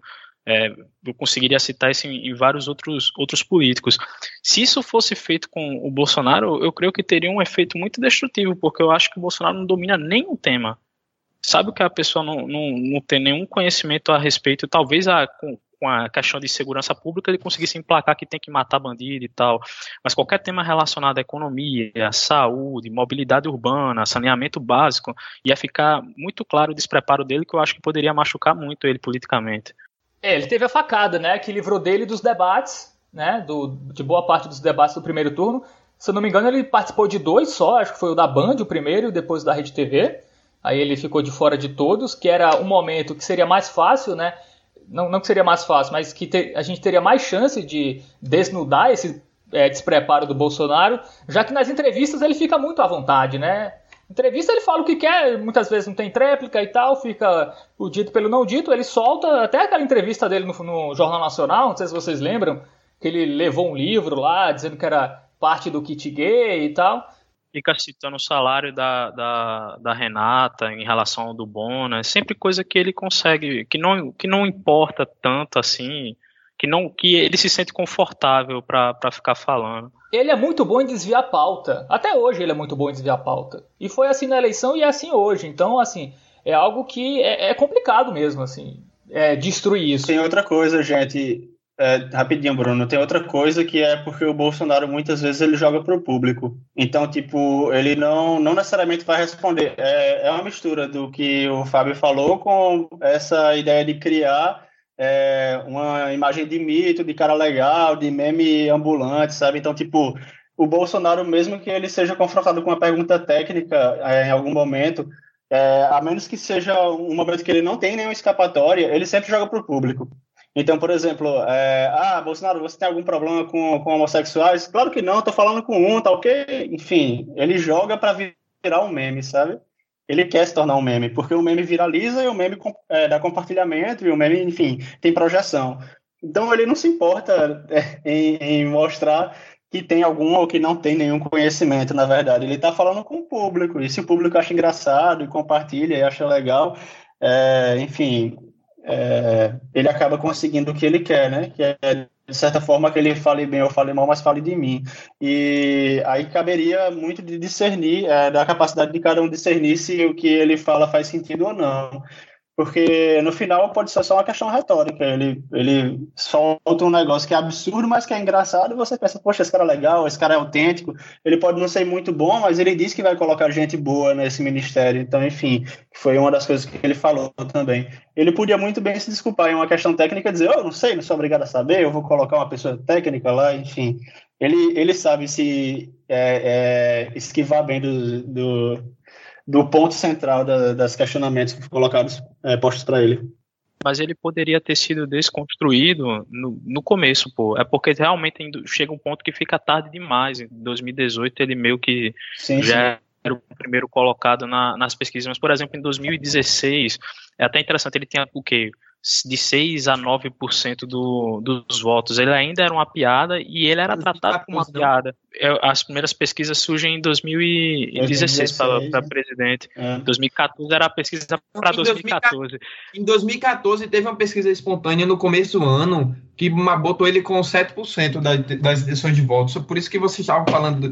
Eu conseguiria citar isso em vários outros políticos. Se isso fosse feito com o Bolsonaro, eu creio que teria um efeito muito destrutivo, porque eu acho que o Bolsonaro não domina nenhum tema. Sabe que a pessoa não tem nenhum conhecimento a respeito, talvez com a questão de segurança pública ele conseguisse emplacar que tem que matar bandido e tal, mas qualquer tema relacionado à economia, saúde, mobilidade urbana, saneamento básico, ia ficar muito claro o despreparo dele, que eu acho que poderia machucar muito ele politicamente. Ele teve a facada, né, que livrou dele dos debates, né, de boa parte dos debates do primeiro turno. Se eu não me engano, ele participou de 2 só, acho que foi o da Band, o primeiro, e depois da Rede TV. Aí ele ficou de fora de todos, que era um momento que seria mais fácil, né, não que seria mais fácil, mas que a gente teria mais chance de desnudar esse despreparo do Bolsonaro, já que nas entrevistas ele fica muito à vontade, né? Entrevista ele fala o que quer, muitas vezes não tem tréplica e tal, fica o dito pelo não dito, ele solta até aquela entrevista dele no Jornal Nacional, não sei se vocês lembram, que ele levou um livro lá, dizendo que era parte do kit gay e tal. Fica citando o salário da Renata em relação ao do Bona, é sempre coisa que ele consegue, que não importa tanto assim, que ele se sente confortável para ficar falando. Ele é muito bom em desviar a pauta. Até hoje ele é muito bom em desviar a pauta. E foi assim na eleição e é assim hoje. Então, assim, é algo que é complicado mesmo, assim, destruir isso. Tem outra coisa, gente, rapidinho, Bruno, tem outra coisa que é porque o Bolsonaro muitas vezes ele joga pro público. Então, tipo, ele não necessariamente vai responder. É uma mistura do que o Fábio falou com essa ideia de criar uma imagem de mito, de cara legal, de meme ambulante, sabe? Então, tipo, o Bolsonaro, mesmo que ele seja confrontado com uma pergunta técnica em algum momento, a menos que seja um momento que ele não tem nenhuma escapatória, ele sempre joga pro público. Então, por exemplo, Bolsonaro, você tem algum problema com homossexuais? Claro que não, tô falando com um, tá ok? Enfim, ele joga para virar um meme, sabe? Ele quer se tornar um meme, porque o meme viraliza e o meme dá compartilhamento e o meme, enfim, tem projeção. Então, ele não se importa em mostrar que tem algum ou que não tem nenhum conhecimento, na verdade. Ele tá falando com o público, e se o público acha engraçado e compartilha e acha legal, enfim... ele acaba conseguindo o que ele quer, né? Que é, de certa forma, que ele fale bem ou fale mal, mas fale de mim. E aí caberia muito de discernir, da capacidade de cada um discernir se o que ele fala faz sentido ou não. Porque no final pode ser só uma questão retórica. Ele solta um negócio que é absurdo, mas que é engraçado, e você pensa, poxa, esse cara é legal, esse cara é autêntico. Ele pode não ser muito bom, mas ele diz que vai colocar gente boa nesse ministério. Então, enfim, foi uma das coisas que ele falou também. Ele podia muito bem se desculpar em uma questão técnica e dizer, não sei, não sou obrigado a saber, eu vou colocar uma pessoa técnica lá, enfim. Ele sabe se esquivar bem do ponto central das questionamentos colocados, postos para ele. Mas ele poderia ter sido desconstruído no começo, pô. É porque realmente chega um ponto que fica tarde demais. Em 2018 ele meio que já era o primeiro colocado nas pesquisas. Mas, por exemplo, em 2016, é até interessante, ele tinha o quê? De 6 a 9% dos votos. Ele ainda era uma piada e ele era tratado como uma piada. As primeiras pesquisas surgem em 2016 para presidente. Em 2014 era a pesquisa para 2014. Em 2014 teve uma pesquisa espontânea no começo do ano que botou ele com 7% das intenções de votos. Por isso que vocês estavam falando de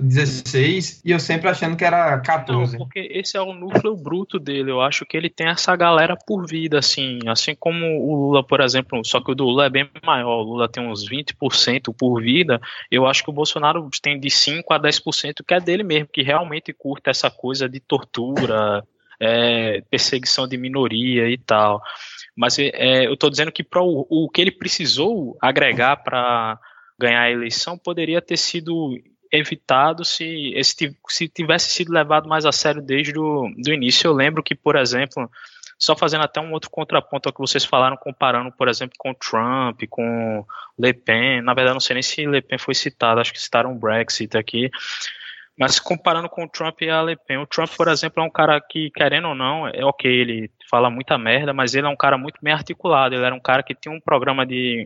16 e eu sempre achando que era 14. Não, porque esse é o núcleo bruto dele. Eu acho que ele tem essa galera por vida, assim como o Lula, por exemplo, só que o do Lula é bem maior. O Lula tem uns 20% por vida. Eu acho que o Bolsonaro tem de 5% a 10% que é dele mesmo, que realmente curta essa coisa de tortura, perseguição de minoria e tal. Mas eu estou dizendo que o que ele precisou agregar para ganhar a eleição poderia ter sido evitado se tivesse sido levado mais a sério desde o início. Eu lembro que, por exemplo, só fazendo até um outro contraponto ao que vocês falaram, comparando, por exemplo, com Trump, com Le Pen. Na verdade, não sei nem se Le Pen foi citado, acho que citaram o Brexit aqui. Mas comparando com o Trump e a Le Pen, o Trump, por exemplo, é um cara que, querendo ou não, ele fala muita merda, mas ele é um cara muito bem articulado. Ele era um cara que tinha um programa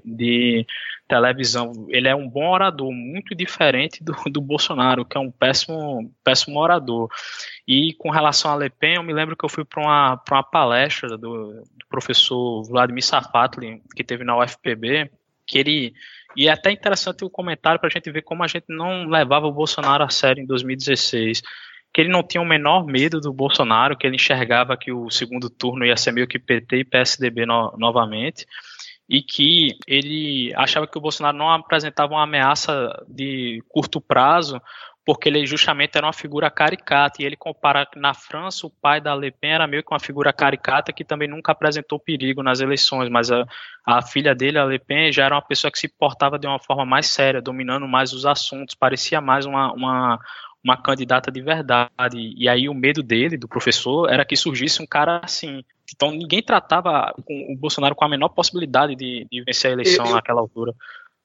de televisão. Ele é um bom orador, muito diferente do Bolsonaro, que é um péssimo orador. E com relação a Le Pen, eu me lembro que eu fui para uma palestra do professor Vladimir Safatli, que teve na UFPB, e é até interessante o comentário para a gente ver como a gente não levava o Bolsonaro a sério em 2016, que ele não tinha o menor medo do Bolsonaro, que ele enxergava que o segundo turno ia ser meio que PT e PSDB novamente, e que ele achava que o Bolsonaro não apresentava uma ameaça de curto prazo, porque ele justamente era uma figura caricata, e ele compara que na França o pai da Le Pen era meio que uma figura caricata que também nunca apresentou perigo nas eleições, mas a filha dele, a Le Pen, já era uma pessoa que se portava de uma forma mais séria, dominando mais os assuntos, parecia mais uma candidata de verdade, e aí o medo dele, do professor, era que surgisse um cara assim. Então ninguém tratava o Bolsonaro com a menor possibilidade de vencer a eleição naquela altura.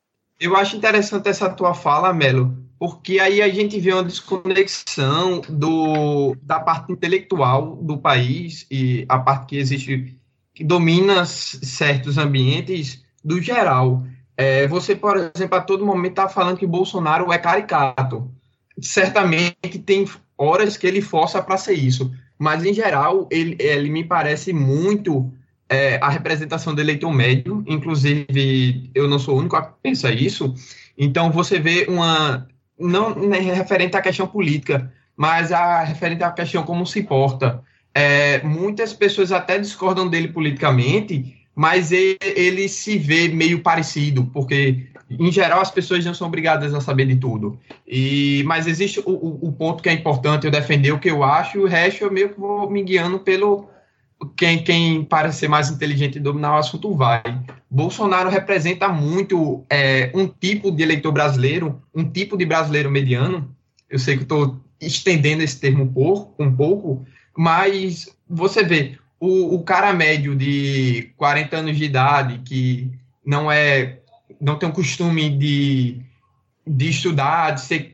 Eu acho interessante essa tua fala, Melo, porque aí a gente vê uma desconexão da parte intelectual do país e a parte que existe, que domina certos ambientes do geral. Você, por exemplo, a todo momento está falando que o Bolsonaro é caricato. Certamente tem horas que ele força para ser isso, mas em geral ele me parece muito a representação do eleitor médio. Inclusive eu não sou o único a pensar isso. Então você vê não referente à questão política, mas referente à questão como se porta. Muitas pessoas até discordam dele politicamente, mas ele se vê meio parecido, porque em geral as pessoas não são obrigadas a saber de tudo. Mas existe o ponto que é importante eu defender o que eu acho, e o resto eu meio que vou me guiando pelo quem parece ser mais inteligente e dominar o assunto vai. Bolsonaro representa muito um tipo de eleitor brasileiro, um tipo de brasileiro mediano. Eu sei que estou estendendo esse termo um pouco, mas você vê o cara médio de 40 anos de idade que não tem o costume de estudar,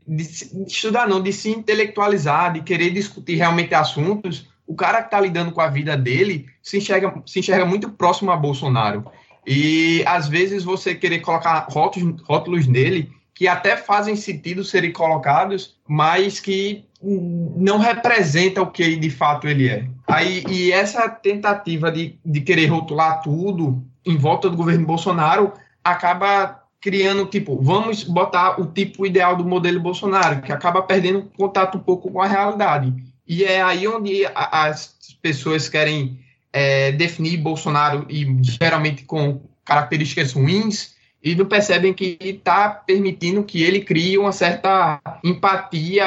de se intelectualizar, de querer discutir realmente assuntos. O cara que está lidando com a vida dele se enxerga muito próximo a Bolsonaro. E, às vezes, você querer colocar rótulos nele que até fazem sentido serem colocados, mas que não representa o que de fato ele é. E essa tentativa de querer rotular tudo em volta do governo Bolsonaro acaba criando, vamos botar o tipo ideal do modelo Bolsonaro, que acaba perdendo contato um pouco com a realidade. E é aí onde as pessoas querem definir Bolsonaro, e geralmente com características ruins, e não percebem que está permitindo que ele crie uma certa empatia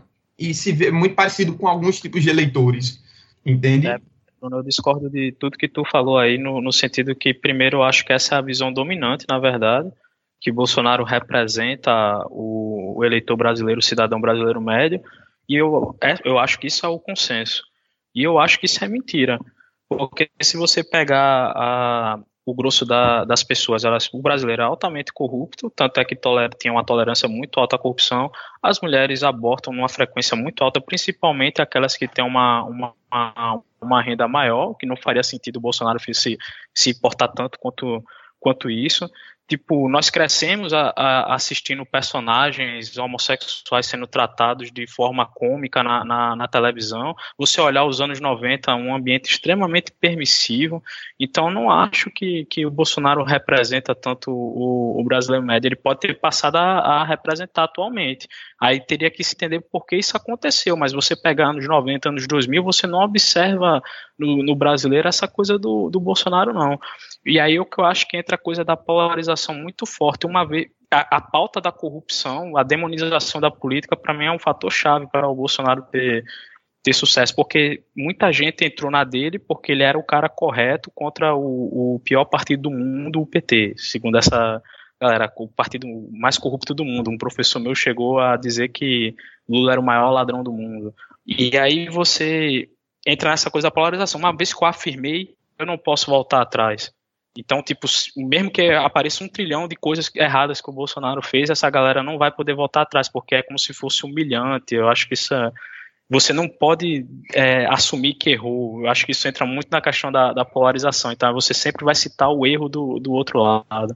e se vê muito parecido com alguns tipos de eleitores, entende? Eu discordo de tudo que tu falou aí, no sentido que, primeiro, eu acho que essa é a visão dominante, na verdade, que Bolsonaro representa o eleitor brasileiro, o cidadão brasileiro médio, e eu acho que isso é o consenso. E eu acho que isso é mentira, porque se você pegar o grosso das pessoas, o brasileiro é altamente corrupto, tanto é que tem uma tolerância muito alta à corrupção. As mulheres abortam numa frequência muito alta, principalmente aquelas que têm uma renda maior, que não faria sentido o Bolsonaro se importar tanto quanto isso. Nós crescemos assistindo personagens homossexuais sendo tratados de forma cômica na televisão. Você olhar os anos 90, um ambiente extremamente permissivo. Então, não acho que o Bolsonaro representa tanto o brasileiro médio. Ele pode ter passado a representar atualmente. Aí teria que se entender por que isso aconteceu. Mas você pegar anos 90, anos 2000, você não observa no brasileiro essa coisa do Bolsonaro, não. E aí o que eu acho que entra a coisa da polarização muito forte. Uma vez a pauta da corrupção, a demonização da política, para mim é um fator chave para o Bolsonaro ter sucesso, porque muita gente entrou na dele porque ele era o cara correto contra o pior partido do mundo, o PT, segundo essa galera, o partido mais corrupto do mundo. Um professor meu chegou a dizer que Lula era o maior ladrão do mundo. E aí você entra nessa coisa da polarização. Uma vez que eu afirmei, eu não posso voltar atrás. Então, mesmo que apareça 1 trilhão de coisas erradas que o Bolsonaro fez, essa galera não vai poder voltar atrás, porque é como se fosse humilhante. Eu acho que você não pode assumir que errou. Eu acho que isso entra muito na questão da polarização. Então, você sempre vai citar o erro do outro lado.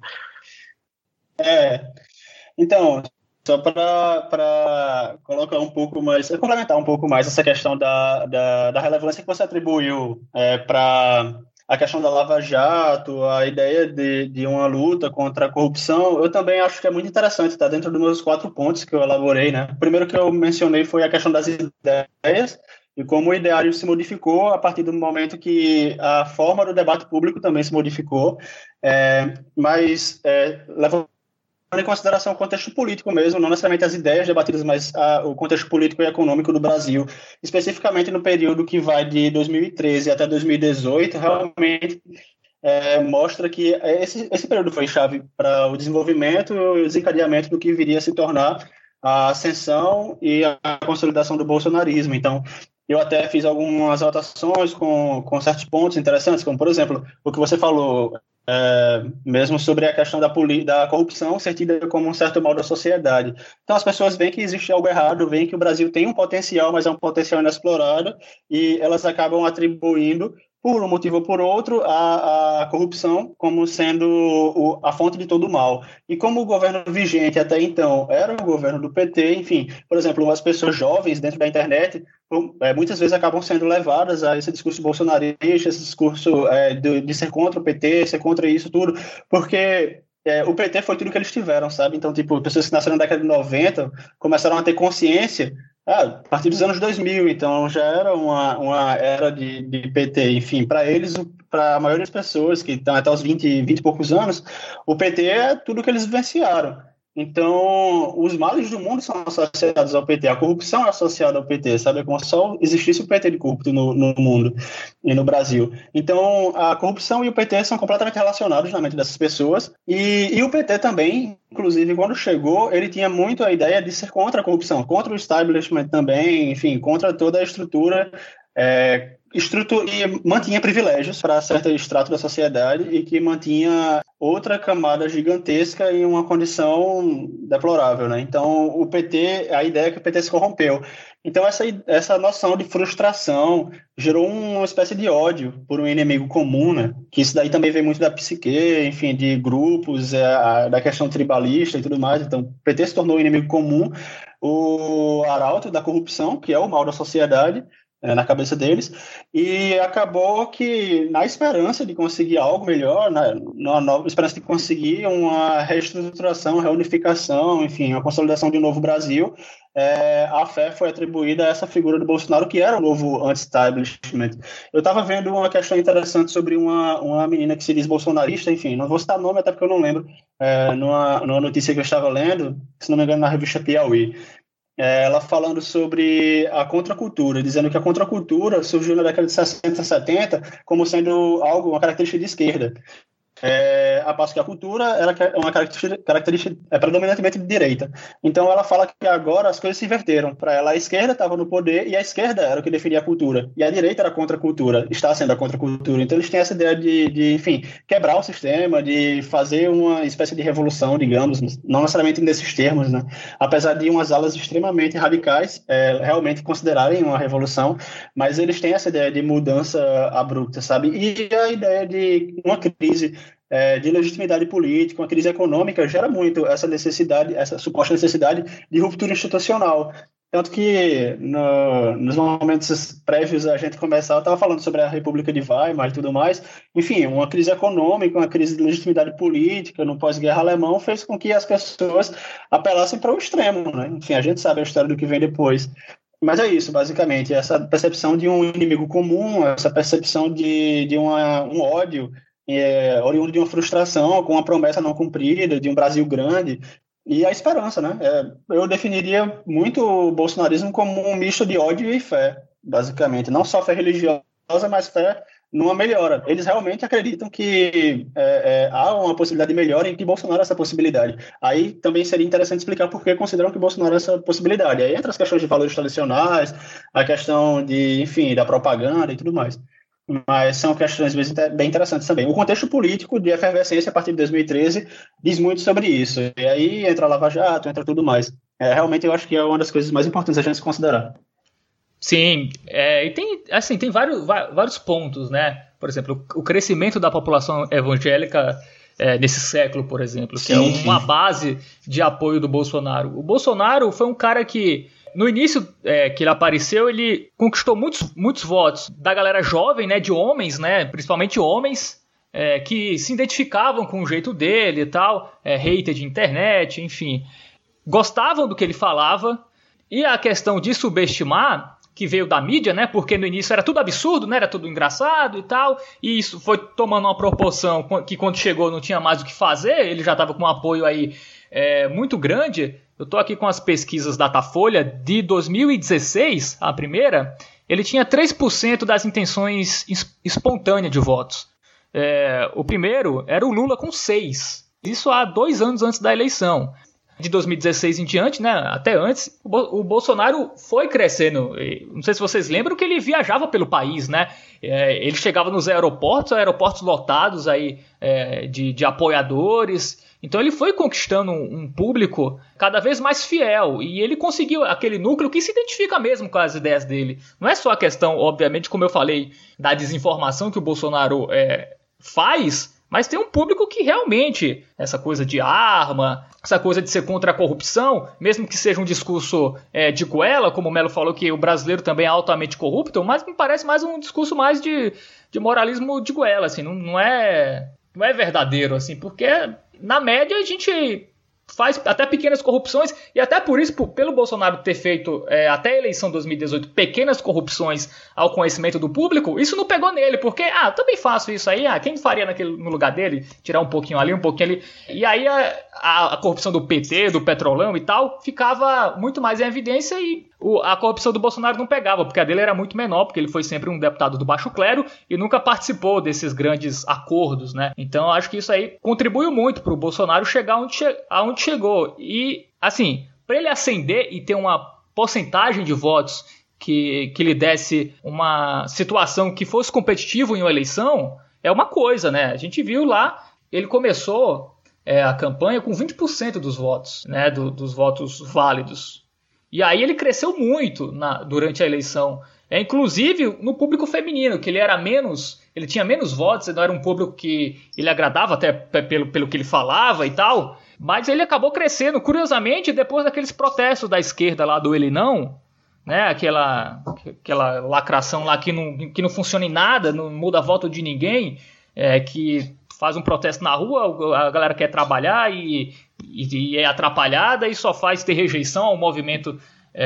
Então, só para colocar um pouco mais, complementar um pouco mais essa questão da relevância que você atribuiu para a questão da Lava Jato, a ideia de uma luta contra a corrupção, eu também acho que é muito interessante, está dentro dos meus 4 pontos que eu elaborei, né? O primeiro que eu mencionei foi a questão das ideias e como o ideário se modificou a partir do momento que a forma do debate público também se modificou, mas levando em consideração o contexto político mesmo, não necessariamente as ideias debatidas, mas o contexto político e econômico do Brasil, especificamente no período que vai de 2013 até 2018, realmente mostra que esse período foi chave para o desenvolvimento e o desencadeamento do que viria a se tornar a ascensão e a consolidação do bolsonarismo. Então, eu até fiz algumas anotações com certos pontos interessantes, como, por exemplo, o que você falou, mesmo sobre a questão da corrupção ser tida como um certo mal da sociedade. Então as pessoas veem que existe algo errado, veem que o Brasil tem um potencial, mas é um potencial inexplorado, e elas acabam atribuindo, por um motivo ou por outro, a corrupção como sendo a fonte de todo o mal. E como o governo vigente até então era o governo do PT, enfim, por exemplo, as pessoas jovens dentro da internet muitas vezes acabam sendo levadas a esse discurso bolsonarista, esse discurso de ser contra o PT, ser contra isso tudo, porque o PT foi tudo que eles tiveram, sabe? Então, pessoas que nasceram na década de 90 começaram a ter consciência a partir dos anos 2000, então já era uma era de PT. Enfim, para eles, para a maioria das pessoas que estão até os 20 e poucos anos, o PT é tudo que eles vivenciaram. Então, os males do mundo são associados ao PT, a corrupção é associada ao PT, sabe? É como se só existisse o PT de corrupto no mundo e no Brasil. Então, a corrupção e o PT são completamente relacionados na mente dessas pessoas, e o PT também, inclusive, quando chegou, ele tinha muito a ideia de ser contra a corrupção, contra o establishment também, enfim, contra toda a estrutura e mantinha privilégios para certo extrato da sociedade e que mantinha outra camada gigantesca em uma condição deplorável, né? Então, a ideia é que o PT se corrompeu. Então, essa noção de frustração gerou uma espécie de ódio por um inimigo comum, né? Que isso daí também vem muito da psique, enfim, de grupos, da questão tribalista e tudo mais. Então, o PT se tornou um inimigo comum, o arauto da corrupção, que é o mal da sociedade, na cabeça deles, e acabou que, na esperança de conseguir algo melhor, na esperança de conseguir uma reestruturação, reunificação, enfim, a consolidação de um novo Brasil, a fé foi atribuída a essa figura do Bolsonaro, que era o novo anti-establishment. Eu estava vendo uma questão interessante sobre uma menina que se diz bolsonarista, enfim, não vou citar nome até porque eu não lembro, numa notícia que eu estava lendo, se não me engano, na revista Piauí, ela falando sobre a contracultura, dizendo que a contracultura surgiu na década de 60, 70 como sendo uma característica de esquerda. A passo que a cultura era uma característica predominantemente de direita. Então ela fala que agora as coisas se inverteram. Para ela, a esquerda estava no poder e a esquerda era o que definia a cultura. E a direita era a contracultura, está sendo a contracultura. Então eles têm essa ideia de enfim, quebrar o sistema, de fazer uma espécie de revolução, digamos, não necessariamente nesses termos, né? Apesar de umas alas extremamente radicais realmente considerarem uma revolução, mas eles têm essa ideia de mudança abrupta, sabe? E a ideia de uma crise de legitimidade política, uma crise econômica, gera muito essa necessidade, essa suposta necessidade de ruptura institucional. Tanto que nos momentos prévios a gente começar, eu estava falando sobre a República de Weimar e tudo mais. Enfim, uma crise econômica, uma crise de legitimidade política no pós-guerra alemão fez com que as pessoas apelassem para o extremo, né? Enfim, a gente sabe a história do que vem depois. Mas é isso, basicamente, essa percepção de um inimigo comum, essa percepção de um ódio oriundo de uma frustração com uma promessa não cumprida, de um Brasil grande, e a esperança, né? Eu definiria muito o bolsonarismo como um misto de ódio e fé, basicamente. Não só fé religiosa, mas fé numa melhora. Eles realmente acreditam que há uma possibilidade de melhora e que Bolsonaro é essa possibilidade. Aí também seria interessante explicar por que consideram que Bolsonaro é essa possibilidade. Aí entra as questões de valores tradicionais, a questão da propaganda e tudo mais. Mas são questões bem interessantes também. O contexto político de efervescência a partir de 2013 diz muito sobre isso. E aí entra a Lava Jato, entra tudo mais. Realmente eu acho que é uma das coisas mais importantes a gente considerar. Sim, e tem vários pontos, né? Por exemplo, o crescimento da população evangélica nesse século, por exemplo, que é uma base de apoio do Bolsonaro. O Bolsonaro foi um cara que, no início que ele apareceu, ele conquistou muitos votos da galera jovem, né, de homens, né, principalmente homens, que se identificavam com o jeito dele e tal, hater de internet, enfim, gostavam do que ele falava. E a questão de subestimar, que veio da mídia, né, porque no início era tudo absurdo, né, era tudo engraçado e tal, e isso foi tomando uma proporção que quando chegou não tinha mais o que fazer, ele já estava com um apoio aí muito grande. Eu estou aqui com as pesquisas Datafolha de 2016, a primeira, ele tinha 3% das intenções espontâneas de votos. O primeiro era o Lula com 6%, isso há 2 anos antes da eleição. De 2016 em diante, né, até antes, o Bolsonaro foi crescendo. Não sei se vocês lembram que ele viajava pelo país, né? Ele chegava nos aeroportos lotados aí, de apoiadores. Então ele foi conquistando um público cada vez mais fiel. E ele conseguiu aquele núcleo que se identifica mesmo com as ideias dele. Não é só a questão, obviamente, como eu falei, da desinformação que o Bolsonaro faz, mas tem um público que realmente, essa coisa de arma, essa coisa de ser contra a corrupção, mesmo que seja um discurso de goela, como o Melo falou que o brasileiro também é altamente corrupto, mas me parece mais um discurso mais de moralismo de goela, assim, não é verdadeiro, assim, porque na média a gente faz até pequenas corrupções, e até por isso, pelo Bolsonaro ter feito até a eleição de 2018 pequenas corrupções ao conhecimento do público, isso não pegou nele, porque eu também faço isso aí, quem faria no lugar dele, tirar um pouquinho ali, um pouquinho ali, e aí a corrupção do PT, do Petrolão e tal, ficava muito mais em evidência, e a corrupção do Bolsonaro não pegava, porque a dele era muito menor, porque ele foi sempre um deputado do baixo clero e nunca participou desses grandes acordos, né? Então eu acho que isso aí contribuiu muito para o Bolsonaro chegar aonde chegou. E, assim, para ele ascender e ter uma porcentagem de votos que lhe desse uma situação que fosse competitivo em uma eleição, é uma coisa, né? A gente viu lá, ele começou a campanha com 20% dos votos, né? Dos votos válidos. E aí ele cresceu muito durante a eleição. Inclusive no público feminino, que ele tinha menos votos, não era um público que ele agradava até pelo que ele falava e tal, mas ele acabou crescendo, curiosamente, depois daqueles protestos da esquerda lá do Ele Não, né, aquela lacração lá que não funciona em nada, não muda voto de ninguém, que faz um protesto na rua, a galera quer trabalhar e é atrapalhada e só faz ter rejeição ao movimento,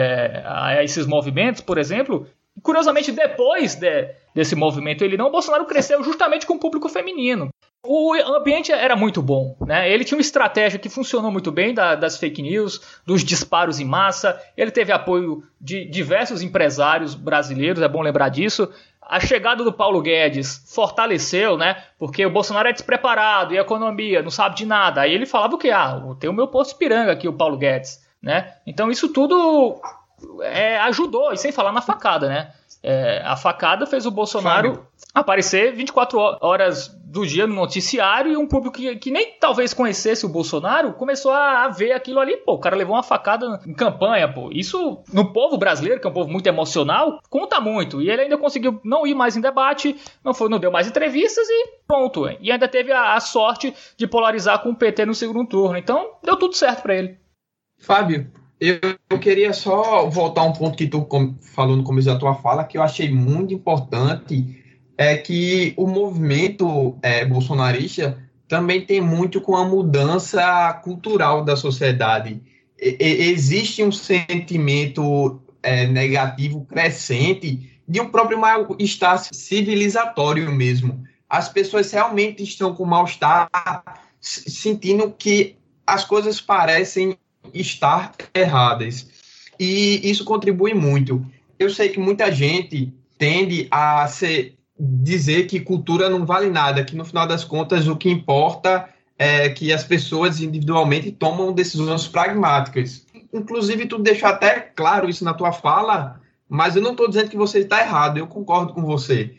a esses movimentos, por exemplo. Curiosamente, depois desse movimento Ele Não, o Bolsonaro cresceu justamente com o público feminino. O ambiente era muito bom, né? Ele tinha uma estratégia que funcionou muito bem das fake news, dos disparos em massa. Ele teve apoio de diversos empresários brasileiros, é bom lembrar disso. A chegada do Paulo Guedes fortaleceu, né? Porque o Bolsonaro é despreparado, e a economia, não sabe de nada. Aí ele falava o quê? Tem o meu posto Ipiranga aqui, o Paulo Guedes, né? Então isso tudo ajudou, e sem falar na facada, né? A facada fez o Bolsonaro aparecer 24 horas do dia no noticiário, e um público que nem talvez conhecesse o Bolsonaro começou a ver aquilo ali. Pô, o cara levou uma facada em campanha, pô. Isso, no povo brasileiro, que é um povo muito emocional, conta muito. E ele ainda conseguiu não ir mais em debate, não deu mais entrevistas e pronto. E ainda teve a sorte de polarizar com o PT no segundo turno. Então, deu tudo certo pra ele. Fábio, eu queria só voltar a um ponto que tu falou no começo da tua fala, que eu achei muito importante, é que o movimento bolsonarista também tem muito com a mudança cultural da sociedade. Existe um sentimento negativo crescente de um próprio mal-estar civilizatório mesmo. As pessoas realmente estão com mal-estar, sentindo que as coisas parecem estar erradas. E isso contribui muito. Eu sei que muita gente tende a dizer que cultura não vale nada, que no final das contas o que importa é que as pessoas individualmente tomam decisões pragmáticas. Inclusive, tu deixou até claro isso na tua fala, mas eu não estou dizendo que você está errado, eu concordo com você.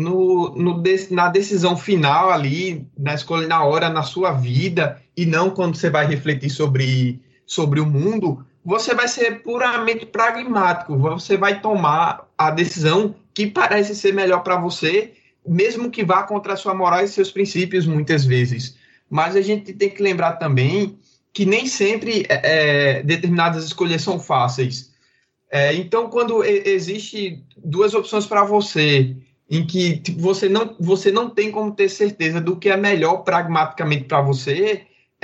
Na decisão final ali, na escolha na hora, na sua vida, e não quando você vai refletir sobre o mundo, você vai ser puramente pragmático, você vai tomar a decisão que parece ser melhor para você, mesmo que vá contra a sua moral e seus princípios muitas vezes. Mas a gente tem que lembrar também que nem sempre determinadas escolhas são fáceis. Então, quando existe duas opções para você, em que você não tem como ter certeza do que é melhor pragmaticamente para você,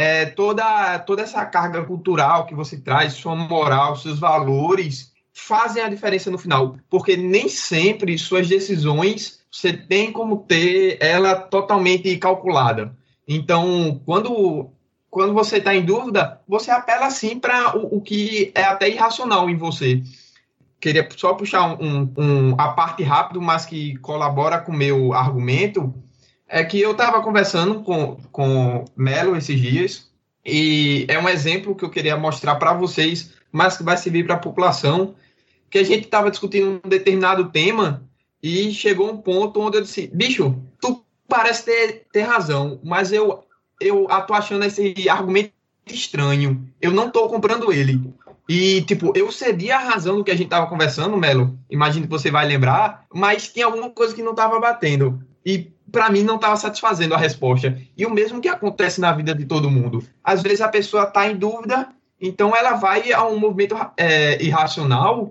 toda essa carga cultural que você traz, sua moral, seus valores, fazem a diferença no final, porque nem sempre suas decisões você tem como ter ela totalmente calculada. Então, quando você está em dúvida, você apela sim para o que é até irracional em você. Queria só puxar a parte rápido, mas que colabora com o meu argumento, é que eu estava conversando com Melo esses dias, e é um exemplo que eu queria mostrar para vocês, mas que vai servir para a população, que a gente estava discutindo um determinado tema e chegou um ponto onde eu disse, bicho, tu parece ter razão, mas eu tô achando esse argumento estranho, eu não estou comprando ele. E, eu cedi a razão do que a gente estava conversando, Melo, imagino que você vai lembrar, mas tinha alguma coisa que não estava batendo. E, para mim, não estava satisfazendo a resposta. E o mesmo que acontece na vida de todo mundo. Às vezes a pessoa está em dúvida, então ela vai a um movimento irracional.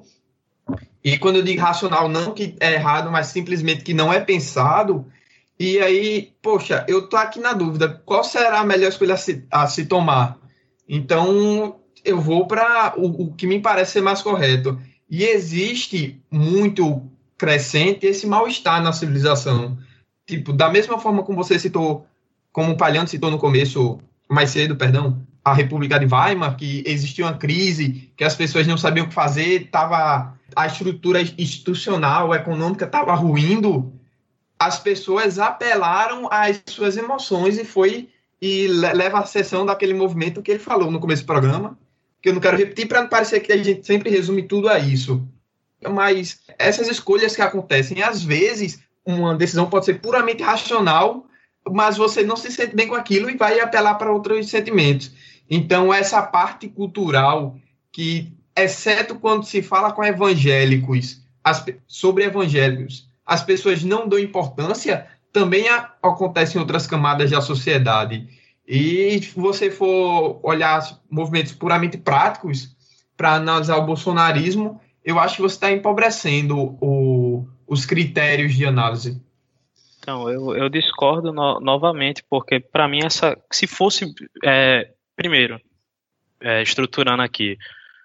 E quando eu digo racional, não que é errado, mas simplesmente que não é pensado. E aí, poxa, eu tô aqui na dúvida, qual será a melhor escolha a se tomar? Então, eu vou para o que me parece ser mais correto. E existe muito crescente esse mal-estar na civilização. Da mesma forma como você citou, como o Palhano citou no começo, mais cedo, a República de Weimar, que existia uma crise, que as pessoas não sabiam o que fazer, a estrutura institucional, econômica estava ruindo, as pessoas apelaram às suas emoções e leva a sessão daquele movimento que ele falou no começo do programa, que eu não quero repetir para não parecer que a gente sempre resume tudo a isso. Mas essas escolhas que acontecem, às vezes, uma decisão pode ser puramente racional, mas você não se sente bem com aquilo e vai apelar para outros sentimentos. Então, essa parte cultural que, exceto quando se fala com evangélicos, sobre evangélicos, as pessoas não dão importância, também acontece em outras camadas da sociedade. E se você for olhar movimentos puramente práticos para analisar o bolsonarismo, eu acho que você está empobrecendo os critérios de análise. Então, eu discordo novamente, porque para mim se fosse, primeiro, estruturando aqui,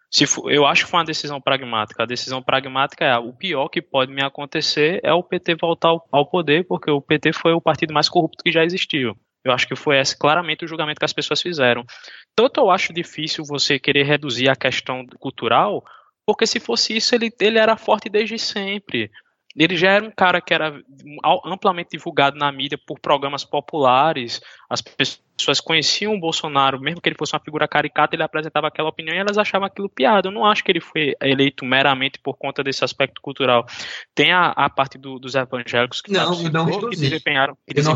eu acho que foi uma decisão pragmática. A decisão pragmática é o pior que pode me acontecer é o PT voltar ao poder, porque o PT foi o partido mais corrupto que já existiu. Eu acho que foi esse claramente o julgamento que as pessoas fizeram. Tanto eu acho difícil você querer reduzir a questão cultural, porque se fosse isso, ele era forte desde sempre. Ele já era um cara que era amplamente divulgado na mídia por programas populares. As pessoas conheciam o Bolsonaro, mesmo que ele fosse uma figura caricata, ele apresentava aquela opinião e elas achavam aquilo piada. Eu não acho que ele foi eleito meramente por conta desse aspecto cultural. Tem a parte dos evangélicos que desempenharam.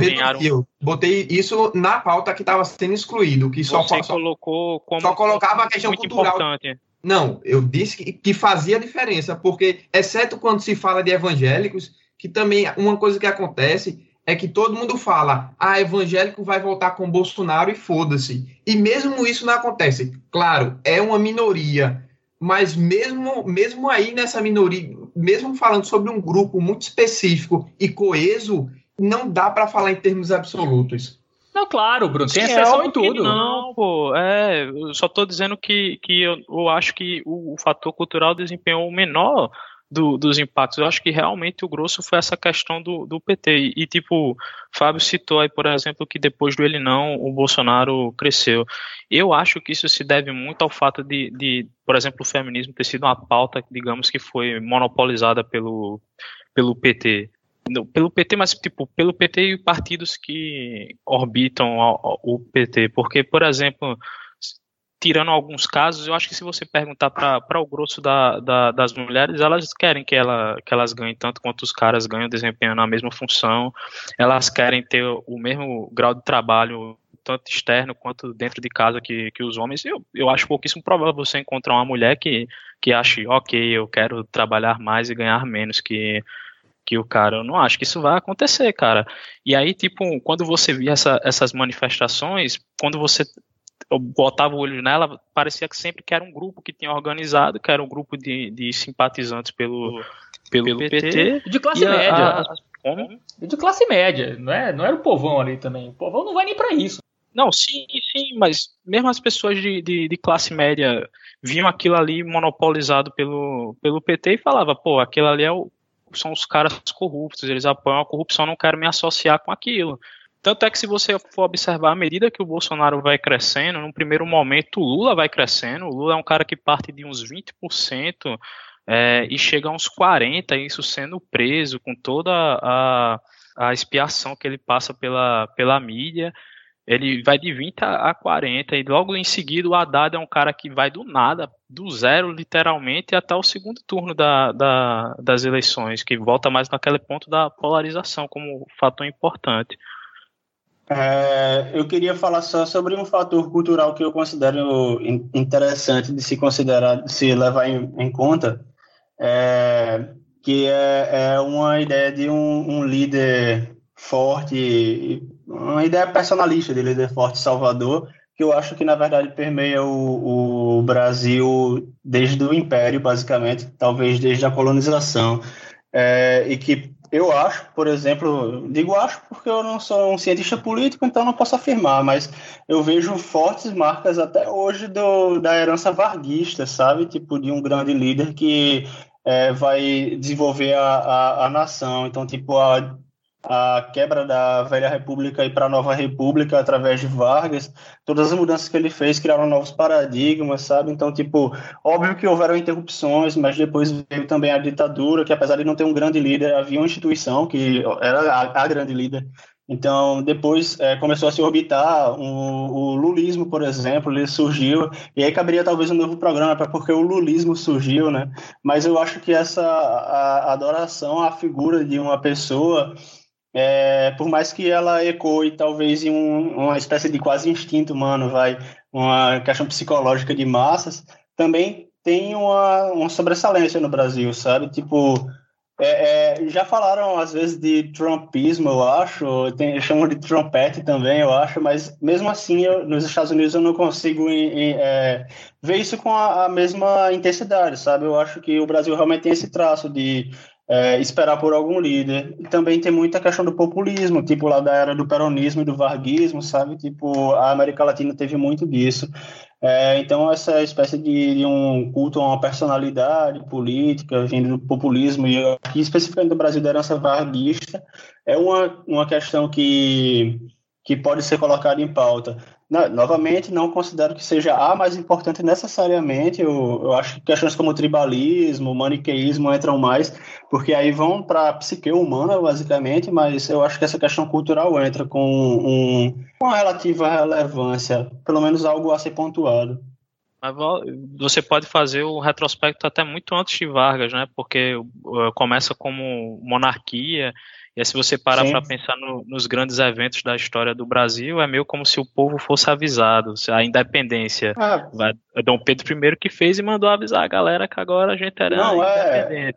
Eu botei isso na pauta que estava sendo excluído, que só colocou como só colocava a questão muito cultural. Importante. Não, eu disse que fazia diferença, porque, exceto quando se fala de evangélicos, que também uma coisa que acontece é que todo mundo fala, evangélico vai votar com Bolsonaro e foda-se. E mesmo isso não acontece. Claro, é uma minoria, mas mesmo aí nessa minoria, mesmo falando sobre um grupo muito específico e coeso, não dá para falar em termos absolutos. Não, claro, Bruno, tem exceção em tudo. Não, pô, eu só tô dizendo que eu acho que o fator cultural desempenhou o menor dos impactos. Eu acho que realmente o grosso foi essa questão do PT. E tipo, Fábio citou aí, por exemplo, que depois do ele não, o Bolsonaro cresceu. Eu acho que isso se deve muito ao fato de por exemplo, o feminismo ter sido uma pauta, digamos, que foi monopolizada pelo PT. Pelo PT, mas tipo, pelo PT e partidos que orbitam o PT, porque, por exemplo, tirando alguns casos, eu acho que se você perguntar para o grosso das mulheres, elas querem que elas ganhem tanto quanto os caras ganham, desempenhando a mesma função, elas querem ter o mesmo grau de trabalho, tanto externo quanto dentro de casa que os homens. Eu acho pouquíssimo provável você encontrar uma mulher que ache, ok, eu quero trabalhar mais e ganhar menos que o cara. Eu não acho que isso vai acontecer, cara. E aí, tipo, quando você via essas manifestações, quando você botava o olho nela, parecia que sempre que era um grupo que tinha organizado, que era um grupo de simpatizantes pelo PT. De classe média. De classe média, não era o povão ali também. O povão não vai nem pra isso. Não, sim, mas mesmo as pessoas de classe média viam aquilo ali monopolizado pelo PT e falavam, pô, aquilo ali são os caras corruptos, eles apoiam a corrupção, não quero me associar com aquilo. Tanto é que se você for observar, à medida que o Bolsonaro vai crescendo, num primeiro momento o Lula vai crescendo, o Lula é um cara que parte de uns 20% e chega a uns 40%, isso sendo preso, com toda a expiação que ele passa pela mídia. Ele vai de 20 a 40, e logo em seguida o Haddad é um cara que vai do nada, do zero literalmente, até o segundo turno das eleições, que volta mais naquele ponto da polarização como fator importante. Eu queria falar só sobre um fator cultural que eu considero interessante de se levar em conta, que é uma ideia de um líder forte, uma ideia personalista de líder forte Salvador, que eu acho que na verdade permeia o Brasil desde o Império, basicamente, talvez desde a colonização, e que eu acho, por exemplo, digo acho porque eu não sou um cientista político, então não posso afirmar, mas eu vejo fortes marcas até hoje da herança varguista, sabe? Tipo, de um grande líder que vai desenvolver a nação. Então, tipo, a quebra da velha república e para a nova república através de Vargas, todas as mudanças que ele fez criaram novos paradigmas, sabe? Então, tipo, óbvio que houveram interrupções, mas depois veio também a ditadura, que apesar de não ter um grande líder, havia uma instituição que era a grande líder, Então, depois começou a se orbitar o lulismo, por exemplo, ele surgiu, e aí caberia talvez um novo programa, porque o lulismo surgiu, né? Mas eu acho que a adoração à figura de uma pessoa, por mais que ela ecoe talvez em uma espécie de quase instinto humano, uma questão psicológica de massas, também tem uma sobressalência no Brasil, sabe? Tipo... já falaram às vezes de trumpismo, eu acho, chamam de trompete também, eu acho, mas mesmo assim nos Estados Unidos eu não consigo ver isso com a mesma intensidade, sabe? Eu acho que o Brasil realmente tem esse traço de esperar por algum líder. E também tem muita questão do populismo, tipo lá da era do peronismo e do varguismo, sabe? Tipo, a América Latina teve muito disso. Então, essa espécie de um culto a uma personalidade política, vindo do populismo, e aqui especificamente do Brasil, da herança varguista, é uma questão que pode ser colocada em pauta. Novamente, não considero que seja a mais importante necessariamente. Eu acho que questões como tribalismo, maniqueísmo entram mais, porque aí vão para a psique humana, basicamente, mas eu acho que essa questão cultural entra com uma relativa relevância, pelo menos algo a ser pontuado. Mas você pode fazer o retrospecto até muito antes de Vargas, né? Porque começa como monarquia. E aí, se você parar para pensar nos grandes eventos da história do Brasil, é meio como se o povo fosse avisado. A independência. É Dom Pedro I que fez e mandou avisar a galera que agora a gente era independente.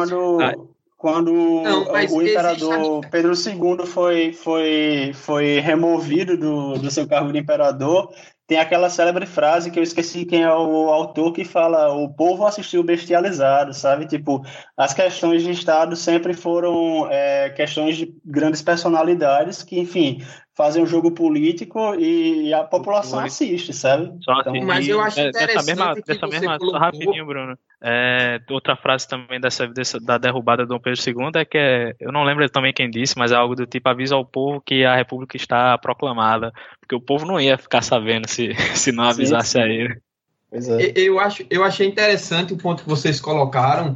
Quando o imperador Pedro II foi removido do seu cargo de imperador, tem aquela célebre frase que eu esqueci quem é o autor, que fala: o povo assistiu bestializado, sabe? Tipo, as questões de Estado sempre foram questões de grandes personalidades que, enfim, fazem um jogo político e a população assiste, sabe? Então, mas eu acho interessante dessa mesma só rapidinho, Bruno. Outra frase também da derrubada do Dom Pedro II é que, eu não lembro também quem disse, mas é algo do tipo: avisa ao povo que a república está proclamada, porque o povo não ia ficar sabendo se não avisasse a ele. Pois é. Eu achei interessante o ponto que vocês colocaram,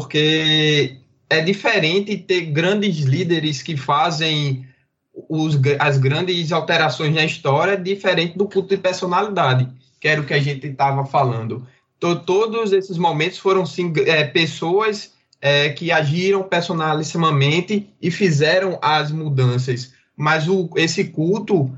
porque é diferente ter grandes líderes que fazem as grandes alterações na história, diferente do culto de personalidade, que era o que a gente estava falando. Todos esses momentos foram sim, pessoas que agiram personalissimamente e fizeram as mudanças. Mas esse culto,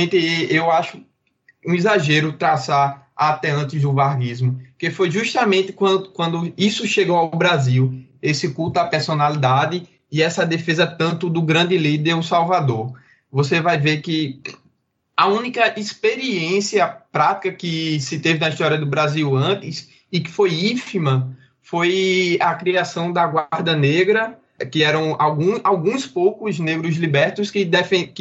eu acho um exagero traçar até antes do varguismo, que foi justamente quando isso chegou ao Brasil, esse culto à personalidade e essa defesa tanto do grande líder, o Salvador. Você vai ver que a única experiência prática que se teve na história do Brasil antes, e que foi ínfima, foi a criação da Guarda Negra, que eram alguns poucos negros libertos que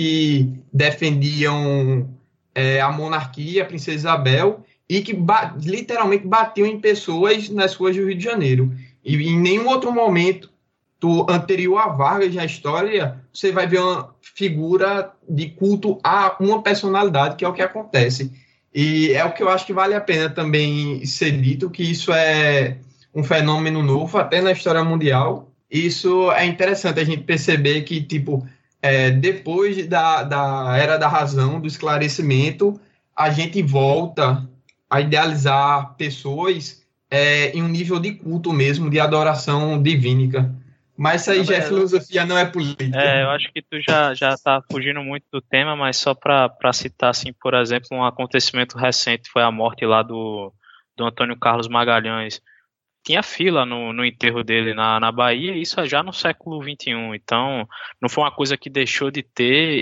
defendiam a monarquia, a princesa Isabel, e que literalmente batiam em pessoas nas ruas do Rio de Janeiro. E em nenhum outro momento anterior a Vargas na história, você vai ver uma figura de culto a uma personalidade, que é o que acontece. E é o que eu acho que vale a pena também ser dito, que isso é um fenômeno novo, até na história mundial. Isso é interessante a gente perceber que, depois da Era da Razão, do esclarecimento, a gente volta a idealizar pessoas em um nível de culto mesmo, de adoração divínica. Mas isso aí já é filosofia, não é política. Eu acho que tu já tá fugindo muito do tema, mas só para citar, assim, por exemplo, um acontecimento recente, foi a morte lá do Antônio Carlos Magalhães. Tinha fila no enterro dele na Bahia, e isso já no século XXI. Então, não foi uma coisa que deixou de ter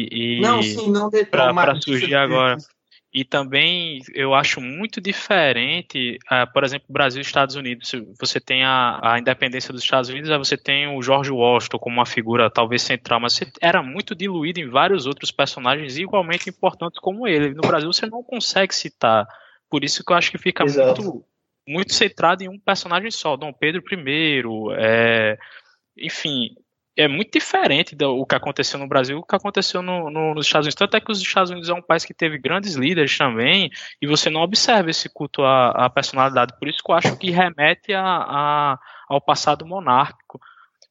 para surgir agora. E também eu acho muito diferente, por exemplo, Brasil e Estados Unidos. Você tem a independência dos Estados Unidos, aí você tem o George Washington como uma figura talvez central, mas você era muito diluído em vários outros personagens igualmente importantes como ele. No Brasil você não consegue citar, por isso que eu acho que fica muito centrado em um personagem só, Dom Pedro I, enfim... É muito diferente do que aconteceu no Brasil e o que aconteceu nos Estados Unidos. Tanto é que os Estados Unidos é um país que teve grandes líderes também, e você não observa esse culto à personalidade. Por isso que eu acho que remete ao passado monárquico.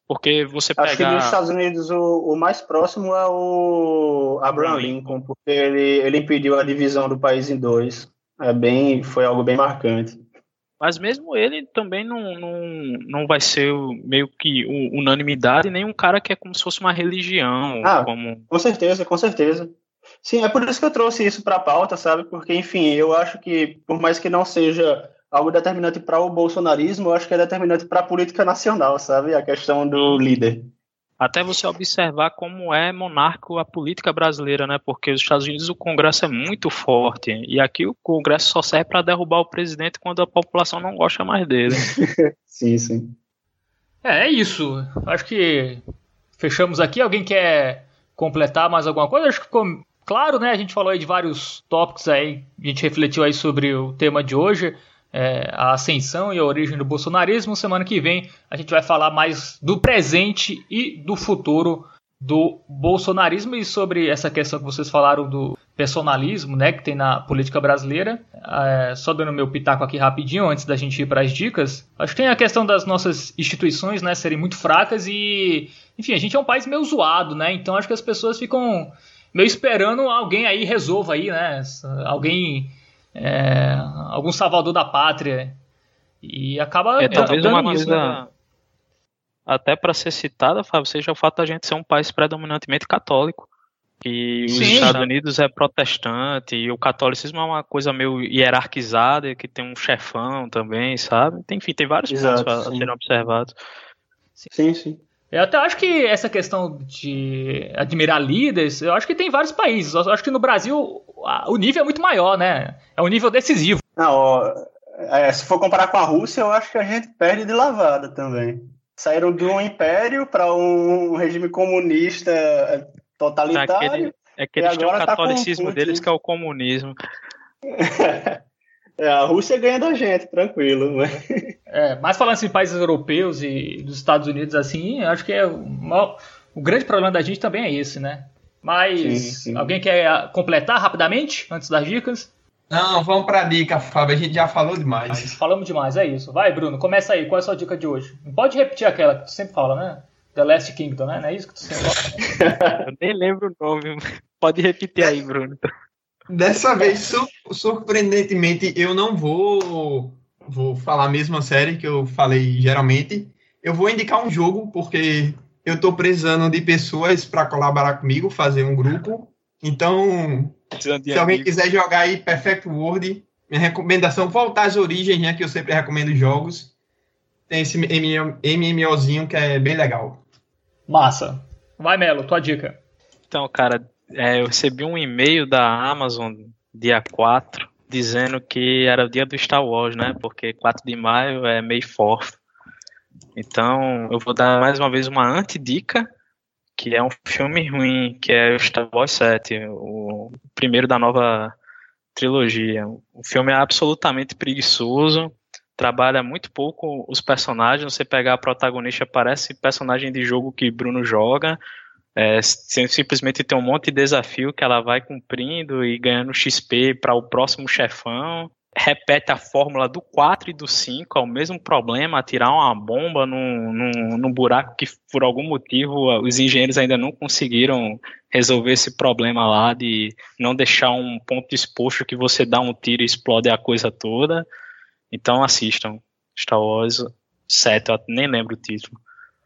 Porque você Acho que nos Estados Unidos o mais próximo é o Abraham Lincoln, porque ele impediu a divisão do país em dois. Foi algo bem marcante. Mas mesmo ele também não vai ser meio que unanimidade, nem um cara que é como se fosse uma religião. Com certeza. Sim, é por isso que eu trouxe isso para a pauta, sabe? Porque, enfim, eu acho que, por mais que não seja algo determinante para o bolsonarismo, eu acho que é determinante para a política nacional, sabe? A questão do líder. Até você observar como é monárquico a política brasileira, né? Porque nos Estados Unidos o Congresso é muito forte, e aqui o Congresso só serve para derrubar o presidente quando a população não gosta mais dele. Sim. É isso. Acho que fechamos aqui. Alguém quer completar mais alguma coisa? Acho que ficou claro, né? A gente falou aí de vários tópicos aí, a gente refletiu aí sobre o tema de hoje. A ascensão e a origem do bolsonarismo. Semana que vem a gente vai falar mais do presente e do futuro do bolsonarismo e sobre essa questão que vocês falaram do personalismo, né, que tem na política brasileira. Só dando meu pitaco aqui rapidinho antes da gente ir para as dicas. Acho que tem a questão das nossas instituições, né, serem muito fracas e, enfim, a gente é um país meio zoado, né, então acho que as pessoas ficam meio esperando alguém aí resolva aí, né, algum salvador da pátria, e acaba talvez dando uma isso, coisa, né? Até para ser citada, Fábio, seja o fato da gente ser um país predominantemente católico, que os Estados Unidos é protestante, e o catolicismo é uma coisa meio hierarquizada, que tem um chefão também, sabe? Enfim, tem vários pontos a serem observados. Sim. Eu até acho que essa questão de admirar líderes, eu acho que tem vários países. Eu acho que no Brasil o nível é muito maior, né? É um nível decisivo. Se for comparar com a Rússia, eu acho que a gente perde de lavada também. Saíram de um império para um regime comunista totalitário. É que eles têm o catolicismo deles, que é o comunismo. A Rússia ganha da gente, tranquilo. Mas falando assim, países europeus e dos Estados Unidos, assim, acho que o grande problema da gente também é esse, né? Mas sim. Alguém quer completar rapidamente, antes das dicas? Não, vamos para a dica, Fábio, a gente já falou demais. Falamos demais, é isso. Vai, Bruno, começa aí, qual é a sua dica de hoje? Não pode repetir aquela que tu sempre fala, né? The Last Kingdom, né? Não é isso que tu sempre fala? Eu nem lembro o nome, pode repetir aí, Bruno. Dessa vez, surpreendentemente, eu não vou falar a mesma série que eu falei geralmente. Eu vou indicar um jogo, porque eu estou precisando de pessoas para colaborar comigo, fazer um grupo. Então, se alguém quiser jogar aí Perfect World, minha recomendação, voltar às origens, né, que eu sempre recomendo jogos. Tem esse MMOzinho que é bem legal. Massa. Vai, Melo, tua dica. Então, cara, eu recebi um e-mail da Amazon dia 4, dizendo que era o dia do Star Wars, né? Porque 4 de maio é May 4th. Então, eu vou dar mais uma vez uma antidica, que é um filme ruim, que é o Star Wars 7, o primeiro da nova trilogia. O filme é absolutamente preguiçoso, trabalha muito pouco os personagens. Você pegar a protagonista, parece personagem de jogo que Bruno joga, simplesmente tem um monte de desafio que ela vai cumprindo e ganhando XP para o próximo chefão. Repete a fórmula do 4 e do 5, é o mesmo problema, atirar uma bomba num buraco que por algum motivo os engenheiros ainda não conseguiram resolver esse problema lá de não deixar um ponto exposto que você dá um tiro e explode a coisa toda. Então assistam Star Wars 7, eu nem lembro o título.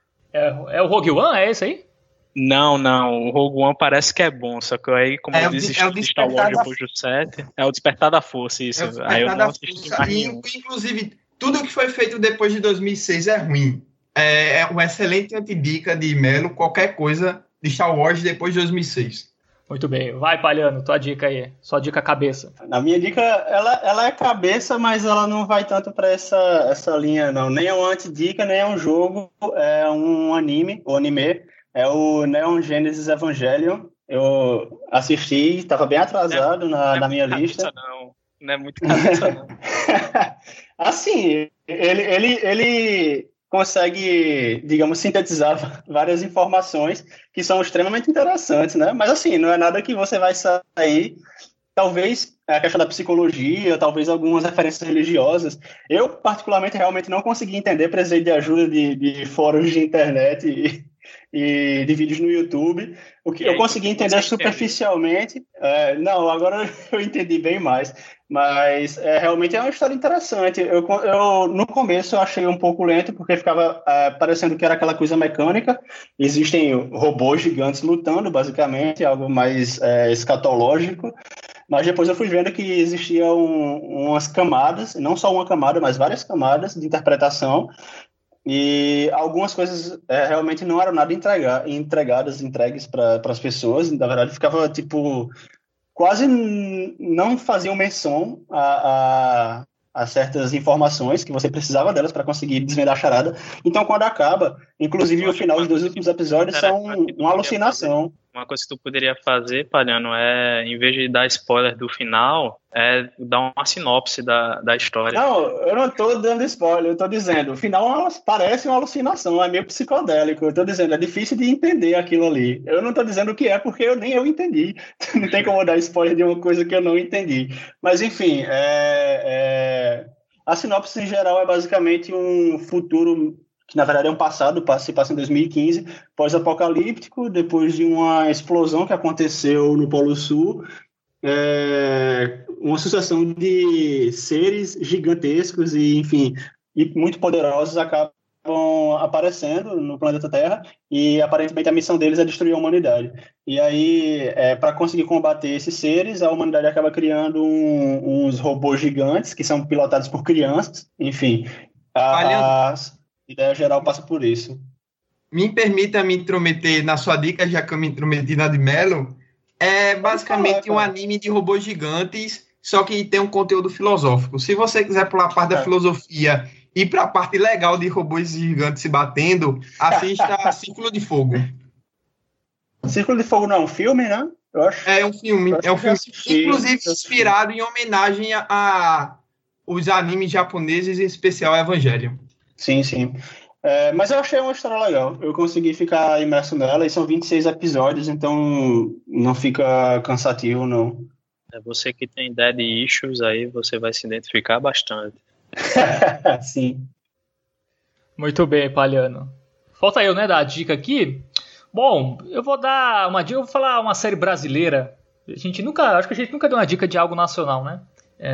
É o Rogue One, é esse aí? Não, o Rogue One parece que é bom, só que aí, como eu desisti de Star Wars depois do 7, é o Despertar da Força, isso. Aí eu não assisti mais nenhum. Inclusive, tudo que foi feito depois de 2006 é ruim. É uma excelente antidica de Melo, qualquer coisa de Star Wars depois de 2006. Muito bem. Vai, Palhano, tua dica aí. Sua dica cabeça. A minha dica, ela é cabeça, mas ela não vai tanto para essa linha, não. Nem é uma antidica, nem é um jogo, é um anime, é o Neon Genesis Evangelion. Eu assisti, estava bem atrasado na minha lista. Não é muito cabeça, não. Assim, ele consegue, digamos, sintetizar várias informações que são extremamente interessantes, né? Mas assim, não é nada que você vai sair, talvez a questão da psicologia, talvez algumas referências religiosas. Eu, particularmente, realmente não consegui entender, precisei de ajuda de fóruns de internet e de vídeos no YouTube. O que eu consegui entender superficialmente. Não, agora eu entendi bem mais. Mas realmente é uma história interessante. Eu no começo eu achei um pouco lento, porque ficava parecendo que era aquela coisa mecânica. Existem robôs gigantes lutando, basicamente, algo mais escatológico. Mas depois eu fui vendo que existiam umas camadas, não só uma camada, mas várias camadas de interpretação. E algumas coisas realmente não eram nada entregues para as pessoas. Na verdade, ficava tipo quase não faziam menção a certas informações que você precisava delas para conseguir desvendar a charada. Então, quando acaba, inclusive o final dos 2 últimos episódios são uma alucinação. Uma coisa que tu poderia fazer, Palhano, em vez de dar spoiler do final, dar uma sinopse da história. Não, eu não tô dando spoiler, eu tô dizendo, o final parece uma alucinação, é meio psicodélico, eu tô dizendo, é difícil de entender aquilo ali. Eu não tô dizendo o que é, porque nem eu entendi. Não tem como dar spoiler de uma coisa que eu não entendi. Mas, enfim, a sinopse em geral é basicamente um futuro que na verdade é um passado, se passa em 2015, pós-apocalíptico, depois de uma explosão que aconteceu no Polo Sul, uma sucessão de seres gigantescos e, enfim, e muito poderosos acabam aparecendo no planeta Terra e aparentemente a missão deles é destruir a humanidade. E aí, para conseguir combater esses seres, a humanidade acaba criando uns robôs gigantes que são pilotados por crianças, enfim. A ideia geral passa por isso. Me permita me intrometer na sua dica, já que eu me intrometi na de Melo. É basicamente um anime de robôs gigantes, só que tem um conteúdo filosófico. Se você quiser pular a parte da filosofia e para a parte legal de robôs gigantes se batendo, assista Círculo de Fogo. Círculo de Fogo não é um filme, né? Eu acho. É um filme. Inclusive inspirado em homenagem a os animes japoneses, em especial Evangelion. Sim, sim. Mas eu achei uma história legal. Eu consegui ficar imerso nela e são 26 episódios, então não fica cansativo, não. Você que tem daddy issues aí, você vai se identificar bastante. Sim. Muito bem, Palhano. Falta eu, né, dar a dica aqui. Bom, eu vou dar uma dica, eu vou falar uma série brasileira. Acho que a gente nunca deu uma dica de algo nacional, né?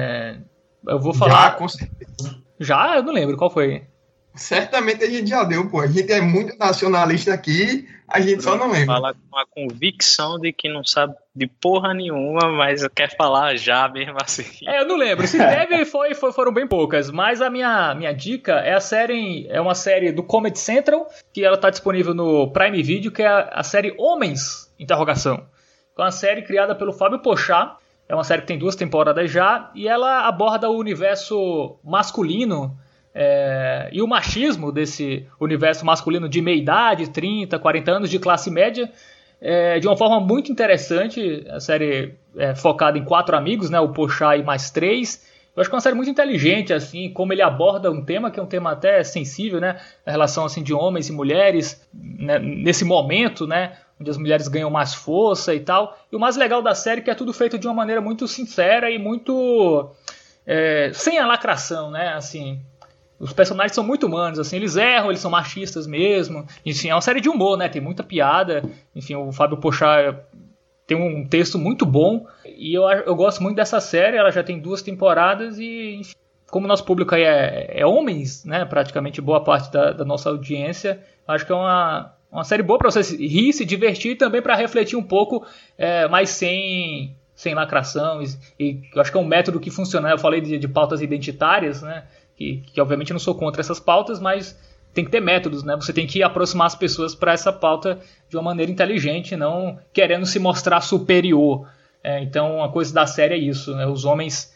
Eu vou falar... Já, com certeza. Já? Eu não lembro, qual foi? Certamente a gente já deu, pô. A gente é muito nacionalista aqui, a gente só não lembra. Fala com a convicção de que não sabe de porra nenhuma, mas quer falar já mesmo assim. Eu não lembro. Se teve, foram bem poucas. Mas a minha dica é uma série do Comedy Central, que ela está disponível no Prime Video, que é a série Homens, interrogação. É uma série criada pelo Fábio Pochá. É uma série que tem 2 temporadas já, e ela aborda o universo masculino e o machismo desse universo masculino de meia-idade, 30, 40 anos, de classe média, de uma forma muito interessante. A série é focada em 4 amigos, né, o Pochá e mais 3. Eu acho que é uma série muito inteligente, assim, como ele aborda um tema que é um tema até sensível, né, a relação assim, de homens e mulheres, né, nesse momento, né, onde as mulheres ganham mais força e tal. E o mais legal da série é que é tudo feito de uma maneira muito sincera e muito sem a lacração, né, assim. Os personagens são muito humanos, assim, eles erram, eles são machistas mesmo. Enfim, é uma série de humor, né? Tem muita piada. Enfim, o Fábio Pochá tem um texto muito bom. E eu gosto muito dessa série, ela já tem 2 temporadas e, enfim, como o nosso público aí é homens, né? Praticamente boa parte da nossa audiência, acho que é uma série boa para você rir, se divertir e também para refletir um pouco, mas sem lacração. E eu acho que é um método que funciona. Eu falei de pautas identitárias, né? Que obviamente eu não sou contra essas pautas, mas tem que ter métodos, né? Você tem que aproximar as pessoas para essa pauta de uma maneira inteligente, não querendo se mostrar superior. Então, a coisa da série é isso, né? Os homens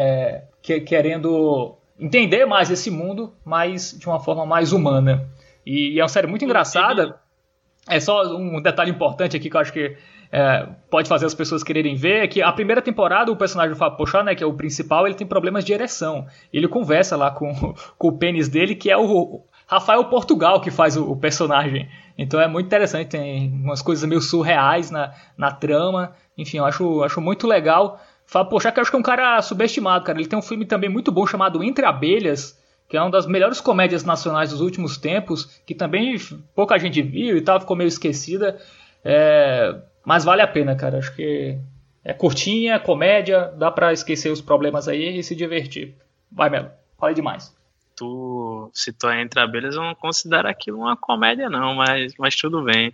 querendo entender mais esse mundo, mas de uma forma mais humana. E é uma série muito engraçada. É só um detalhe importante aqui que eu acho que pode fazer as pessoas quererem ver, é que a primeira temporada, o personagem do Fábio Pochá, né, que é o principal, ele tem problemas de ereção. Ele conversa lá com o pênis dele, que é o Rafael Portugal que faz o personagem. Então é muito interessante, tem umas coisas meio surreais na trama. Enfim, eu acho muito legal. Fábio Porchat, que eu acho que é um cara subestimado, cara. Ele tem um filme também muito bom chamado Entre Abelhas, que é uma das melhores comédias nacionais dos últimos tempos, que também pouca gente viu e tal, ficou meio esquecida. Mas vale a pena, cara. Acho que é curtinha, comédia, dá pra esquecer os problemas aí e se divertir. Vai, Melo. Falei demais. Tu citou Entre Abelhas, eu não considero aquilo uma comédia não, mas tudo bem.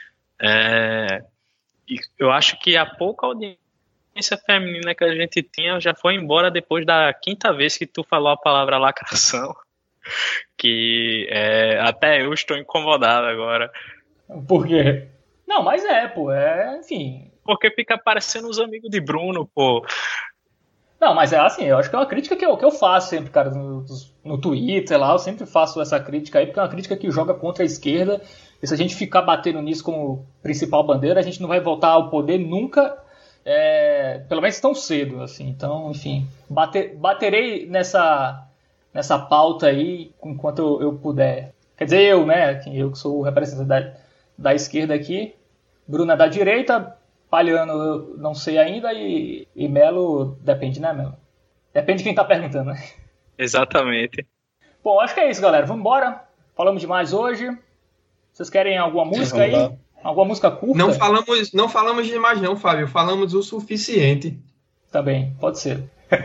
Eu acho que a pouca audiência feminina que a gente tinha já foi embora depois da 5ª vez que tu falou a palavra lacração, que até eu estou incomodado agora. Por quê? Não, mas pô, enfim... Porque fica parecendo os amigos de Bruno, pô. Não, mas assim, eu acho que é uma crítica que eu faço sempre, cara, no Twitter lá, eu sempre faço essa crítica aí, porque é uma crítica que joga contra a esquerda, e se a gente ficar batendo nisso como principal bandeira, a gente não vai voltar ao poder nunca, pelo menos tão cedo, assim. Então, enfim, baterei nessa pauta aí enquanto eu puder. Quer dizer, eu que sou o representante da esquerda aqui, Bruno é da direita, Palhano eu não sei ainda e Melo depende, né, Melo? Depende de quem tá perguntando, né? Exatamente. Bom, acho que é isso, galera. Vamos embora. Falamos demais hoje. Vocês querem alguma música aí? Lá. Alguma música curta? Não falamos demais não, Fábio. Falamos o suficiente. Também, pode ser.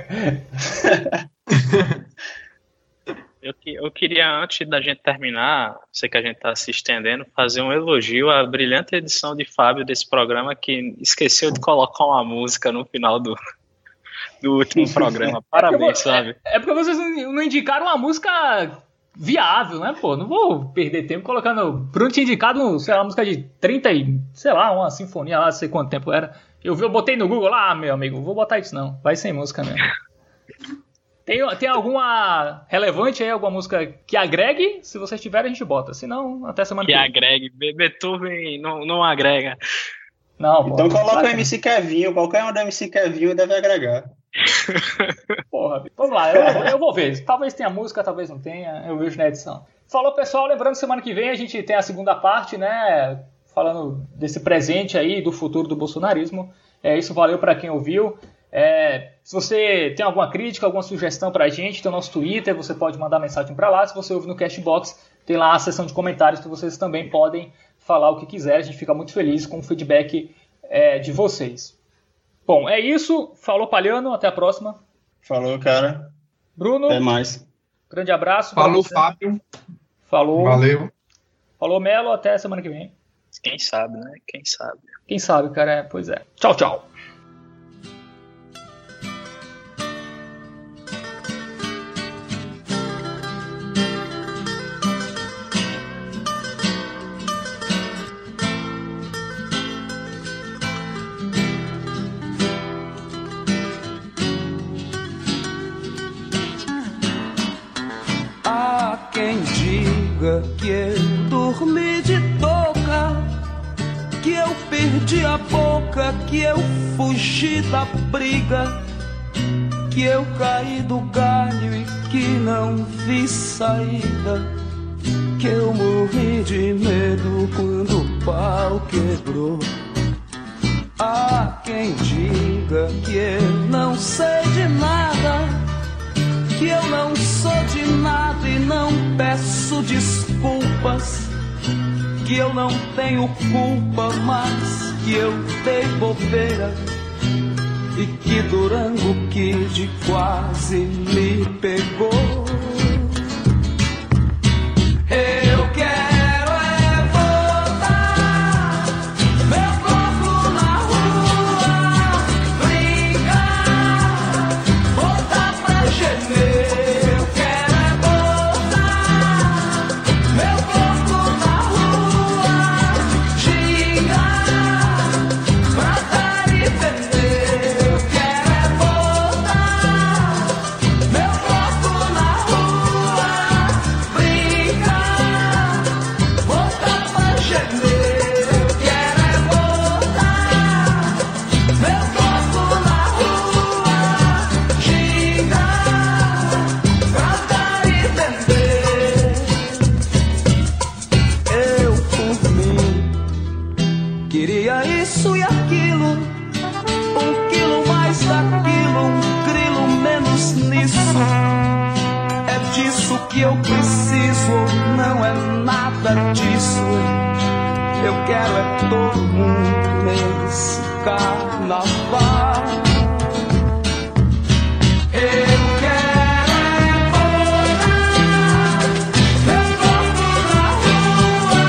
Eu queria, antes da gente terminar, sei que a gente está se estendendo, fazer um elogio à brilhante edição de Fábio desse programa, que esqueceu de colocar uma música no final do último programa. Parabéns, sabe? É porque vocês não indicaram uma música viável, né, pô? Não vou perder tempo colocando... Bruno tinha indicado, sei lá, uma música de 30 e... sei lá, uma sinfonia lá, não sei quanto tempo era. Eu botei no Google lá, meu amigo, vou botar isso não. Vai sem música mesmo. Tem alguma relevante aí, alguma música que agregue? Se vocês tiverem, a gente bota. Se não, até semana que vem. Que agregue. Beethoven não agrega. Não, então coloca o MC Kevinho. Qualquer um do MC Kevinho deve agregar. Porra, vamos lá. Eu vou ver. Talvez tenha música, talvez não tenha. Eu vejo na edição. Falou, pessoal. Lembrando que semana que vem a gente tem a segunda parte, né? Falando desse presente aí, do futuro do bolsonarismo. Isso valeu para quem ouviu. Se você tem alguma crítica, alguma sugestão pra gente, tem o nosso Twitter, você pode mandar mensagem pra lá. Se você ouve no Castbox, tem lá a seção de comentários que vocês também podem falar o que quiser. A gente fica muito feliz com o feedback de vocês. Bom, é isso. Falou, Palhano. Até a próxima. Falou, cara. Bruno. Até mais. Grande abraço. Falou, Fábio. Falou. Valeu. Falou, Melo. Até semana que vem. Quem sabe, né? Quem sabe. Quem sabe, cara. Pois é. Tchau, tchau. Que eu dormi de touca, que eu perdi a boca, que eu fugi da briga, que eu caí do galho e que não vi saída, que eu morri de medo quando o pau quebrou. Há quem diga que eu não sei de nada, que eu não sou de nada e não peço desculpas, que eu não tenho culpa, mas que eu dei bobeira e que Durango Kid quase me pegou. Eu quero botar meu corpo na rua, brincar, botar pra gemer. Queria isso e aquilo, 1 quilo mais daqui. disso que eu preciso, não é nada disso. Eu quero é todo mundo nesse carnaval. Eu quero é voar, meu corpo na rua,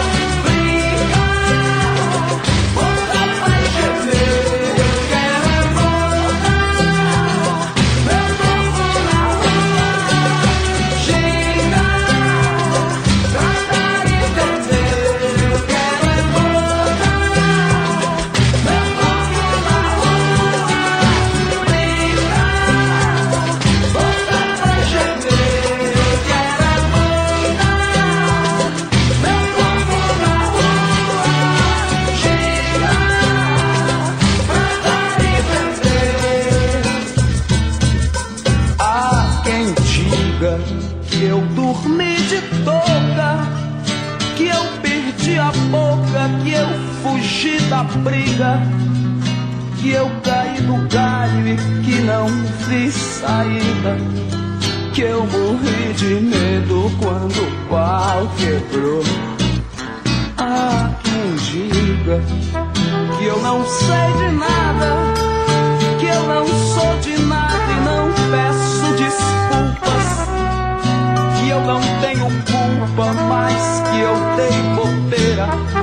brincar, botar pra gemer. Eu quero é voar, meu corpo na rua, girar, tratar e entender. Eu quero é voar, meu corpo na rua, brincar, botar pra gemer. Eu quero é voar, meu corpo na rua, girar, tratar e entender. Há quem diga que eu dormi de touca, que eu perdi a boca, que eu fugi da briga, que eu caí no galho e que não vi saída, que eu morri de medo quando o pau quebrou. Há quem diga que eu não sei de nada, que eu não sou de nada e não peço desculpas, que eu não tenho culpa, mas que eu dei bobeira,